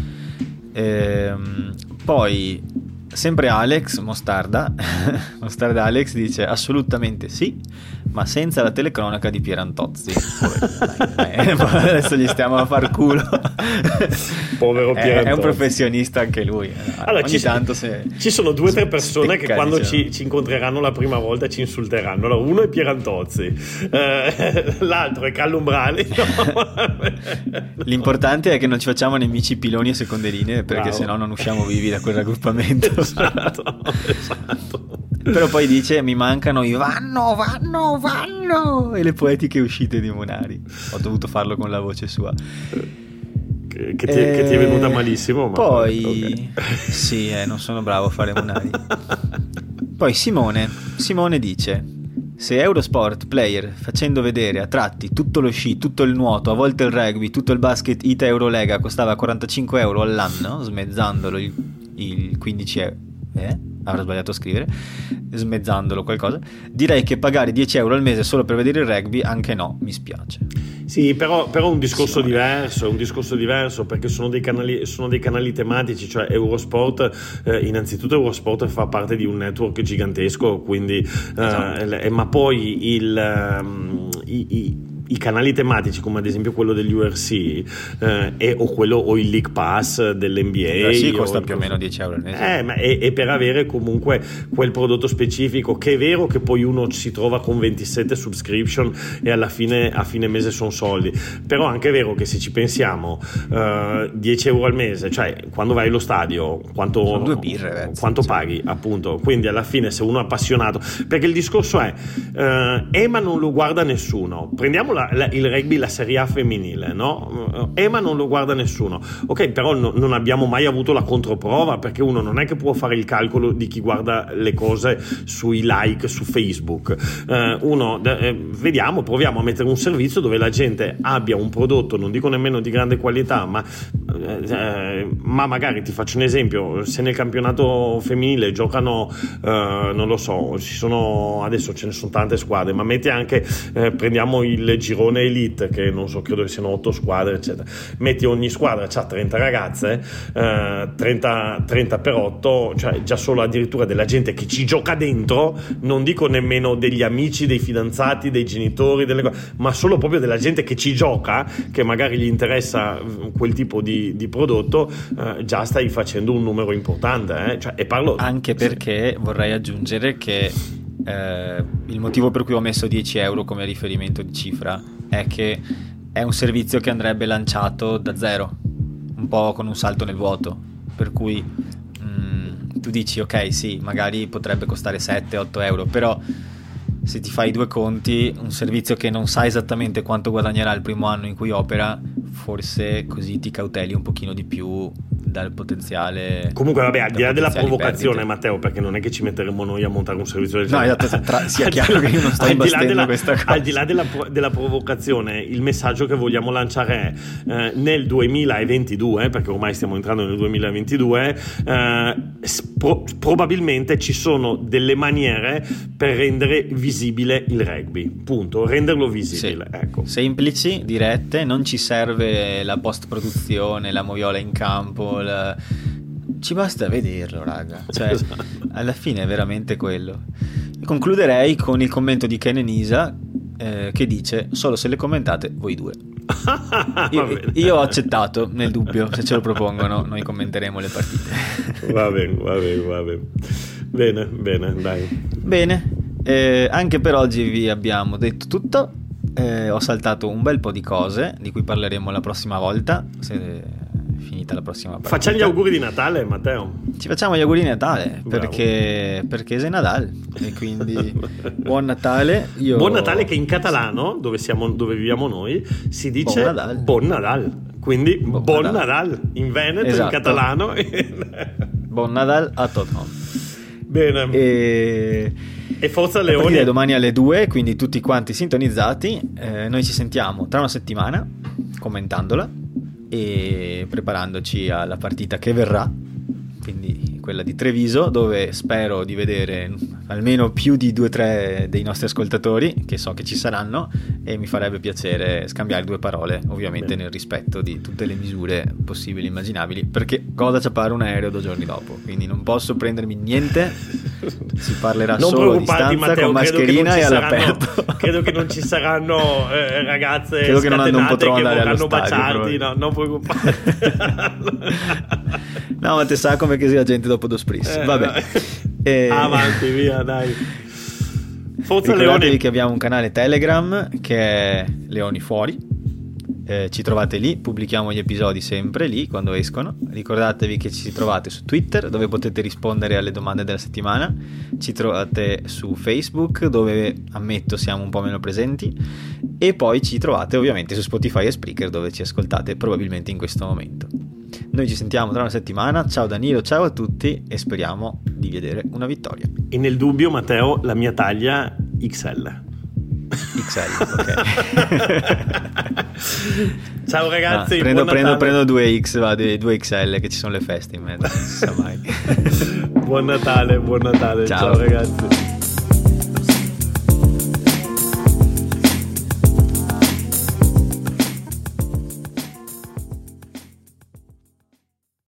Ehm, poi sempre Alex Mostarda Mostarda Alex dice assolutamente sì, ma senza la telecronaca di Pierantozzi. Dai, dai, adesso gli stiamo a far culo. Povero Pierantozzi. È un professionista anche lui. Allora, ogni ci, tanto se ci sono due o tre persone stecca, che quando diciamo. ci, ci incontreranno la prima volta ci insulteranno. Allora, uno è Pierantozzi, eh, l'altro è Callumbrali. L'importante è che non ci facciamo nemici piloni e seconderine, perché sennò non usciamo vivi da quel raggruppamento. Esatto, esatto. Però poi dice mi mancano i vanno, vanno, vanno e le poetiche uscite di Munari. Ho dovuto farlo con la voce sua. Che ti, eh, che ti è venuta malissimo, ma poi okay. Sì, eh, non sono bravo a fare Munari. Poi Simone Simone dice: se Eurosport Player, facendo vedere a tratti tutto lo sci, tutto il nuoto, a volte il rugby, tutto il basket I T A Eurolega costava quarantacinque euro all'anno, smezzandolo il, il quindici euro, eh? avrò sbagliato a scrivere, smezzandolo qualcosa, direi che pagare dieci euro al mese solo per vedere il rugby anche no, mi spiace. Sì, però, però un discorso sì, diverso, un discorso diverso, perché sono dei canali, sono dei canali tematici, cioè Eurosport, eh, innanzitutto Eurosport fa parte di un network gigantesco, quindi esatto. eh, ma poi il um, i, i i canali tematici come ad esempio quello degli U R C eh, e, o quello o il League Pass dell'N B A sì, costa più o meno dieci euro al mese, eh, ma è, è per avere comunque quel prodotto specifico, che è vero che poi uno si trova con ventisette subscription e alla fine a fine mese sono soldi, però anche è vero che se ci pensiamo eh, dieci euro al mese, cioè quando vai allo stadio quanto, sono due birre, ragazzi, quanto sì. paghi appunto, quindi alla fine se uno è appassionato, perché il discorso è eh, EMA non lo guarda nessuno, prendiamo La, la, il rugby, la Serie A femminile, no? EMA non lo guarda nessuno, ok, però no, non abbiamo mai avuto la controprova, perché uno non è che può fare il calcolo di chi guarda le cose sui like su Facebook, eh, uno eh, vediamo, proviamo a mettere un servizio dove la gente abbia un prodotto, non dico nemmeno di grande qualità, ma, eh, ma magari ti faccio un esempio, se nel campionato femminile giocano eh, non lo so, ci sono adesso ce ne sono tante squadre, ma metti anche eh, prendiamo il girone elite, che non so, credo che siano otto squadre eccetera, metti ogni squadra c'ha trenta ragazze, eh, trenta, trenta per otto, cioè già solo addirittura della gente che ci gioca dentro, non dico nemmeno degli amici, dei fidanzati, dei genitori, delle cose, ma solo proprio della gente che ci gioca, che magari gli interessa quel tipo di, di prodotto, eh, già stai facendo un numero importante, eh? Cioè, e parlo anche perché vorrei aggiungere che eh, il motivo per cui ho messo dieci euro come riferimento di cifra è che è un servizio che andrebbe lanciato da zero, un po' con un salto nel vuoto, per cui mh, tu dici ok, sì, magari potrebbe costare sette otto euro, però se ti fai due conti, un servizio che non sai esattamente quanto guadagnerà il primo anno in cui opera, forse così ti cauteli un pochino di più dal potenziale. Comunque vabbè, al di là della provocazione, perdite. Matteo, perché non è che ci metteremo noi a montare un servizio del No, genere. esatto, tra, sia chiaro che io non sto imbastendo questa cosa. Al di là della, della provocazione, il messaggio che vogliamo lanciare è eh, nel duemilaventidue, perché ormai stiamo entrando nel duemilaventidue, eh, pro- probabilmente ci sono delle maniere per rendere visibile il rugby, punto, renderlo visibile, sì. Ecco. Semplici, dirette, non ci serve la post produzione, la moviola in campo, la... ci basta vederlo, raga, cioè Esatto. alla fine è veramente quello. Concluderei con il commento di Ken e Nisa eh, che dice: solo se le commentate voi due. io, io ho accettato, nel dubbio, se ce lo propongono noi commenteremo le partite. Va bene, va bene, va bene. Bene, bene, dai. Bene, eh, anche per oggi vi abbiamo detto tutto. Eh, ho saltato un bel po' di cose di cui parleremo la prossima volta, se è finita la prossima partita. Facciamo gli auguri di Natale, Matteo. Ci facciamo gli auguri di Natale. Bravo. perché perché è Nadal e quindi buon Natale. Io... Buon Natale, che in catalano, dove siamo, dove viviamo noi, si dice Buon Nadal. Buon Nadal. Quindi Buon Buon Nadal. Nadal in Veneto, Esatto. in catalano. Buon Nadal a tothom. Bene. E E forza la partita Leoni. è domani alle due, quindi tutti quanti sintonizzati. Eh, noi ci sentiamo tra una settimana commentandola e preparandoci alla partita che verrà, quindi quella di Treviso, dove spero di vedere almeno più di due o tre dei nostri ascoltatori, che so che ci saranno, e mi farebbe piacere scambiare due parole, ovviamente Bene. nel rispetto di tutte le misure possibili e immaginabili, perché cosa ci appare un aereo due giorni dopo, quindi non posso prendermi niente, si parlerà Non solo a preoccuparti, distanza, Matteo, con credo che non mascherina ci e saranno- all'aperto. Credo che non ci saranno eh, ragazze Credo che non- non scatenate potrò che andare allo vorranno stadio, baciarti, no, non preoccuparti. No, ma te sa come che sia gente dopo Do Spris. Eh, Vabbè. E... Avanti, via, dai. Forza Ricordatevi Leoni. che abbiamo un canale Telegram che è Leoni Fuori. Eh, ci trovate lì, pubblichiamo gli episodi sempre lì quando escono. Ricordatevi che ci trovate su Twitter, dove potete rispondere alle domande della settimana. Ci trovate su Facebook, dove ammetto siamo un po' meno presenti. E poi ci trovate ovviamente su Spotify e Spreaker, dove ci ascoltate probabilmente in questo momento. Noi ci sentiamo tra una settimana. Ciao Danilo, ciao a tutti e speriamo di vedere una vittoria. E nel dubbio, Matteo, la mia taglia X L. X L, ok. Ciao ragazzi, No, prendo, buon prendo, Natale. prendo due X, va, due X L, che ci sono le feste in mezzo, non si sa mai. Buon Natale, buon Natale. Ciao. Ciao ragazzi.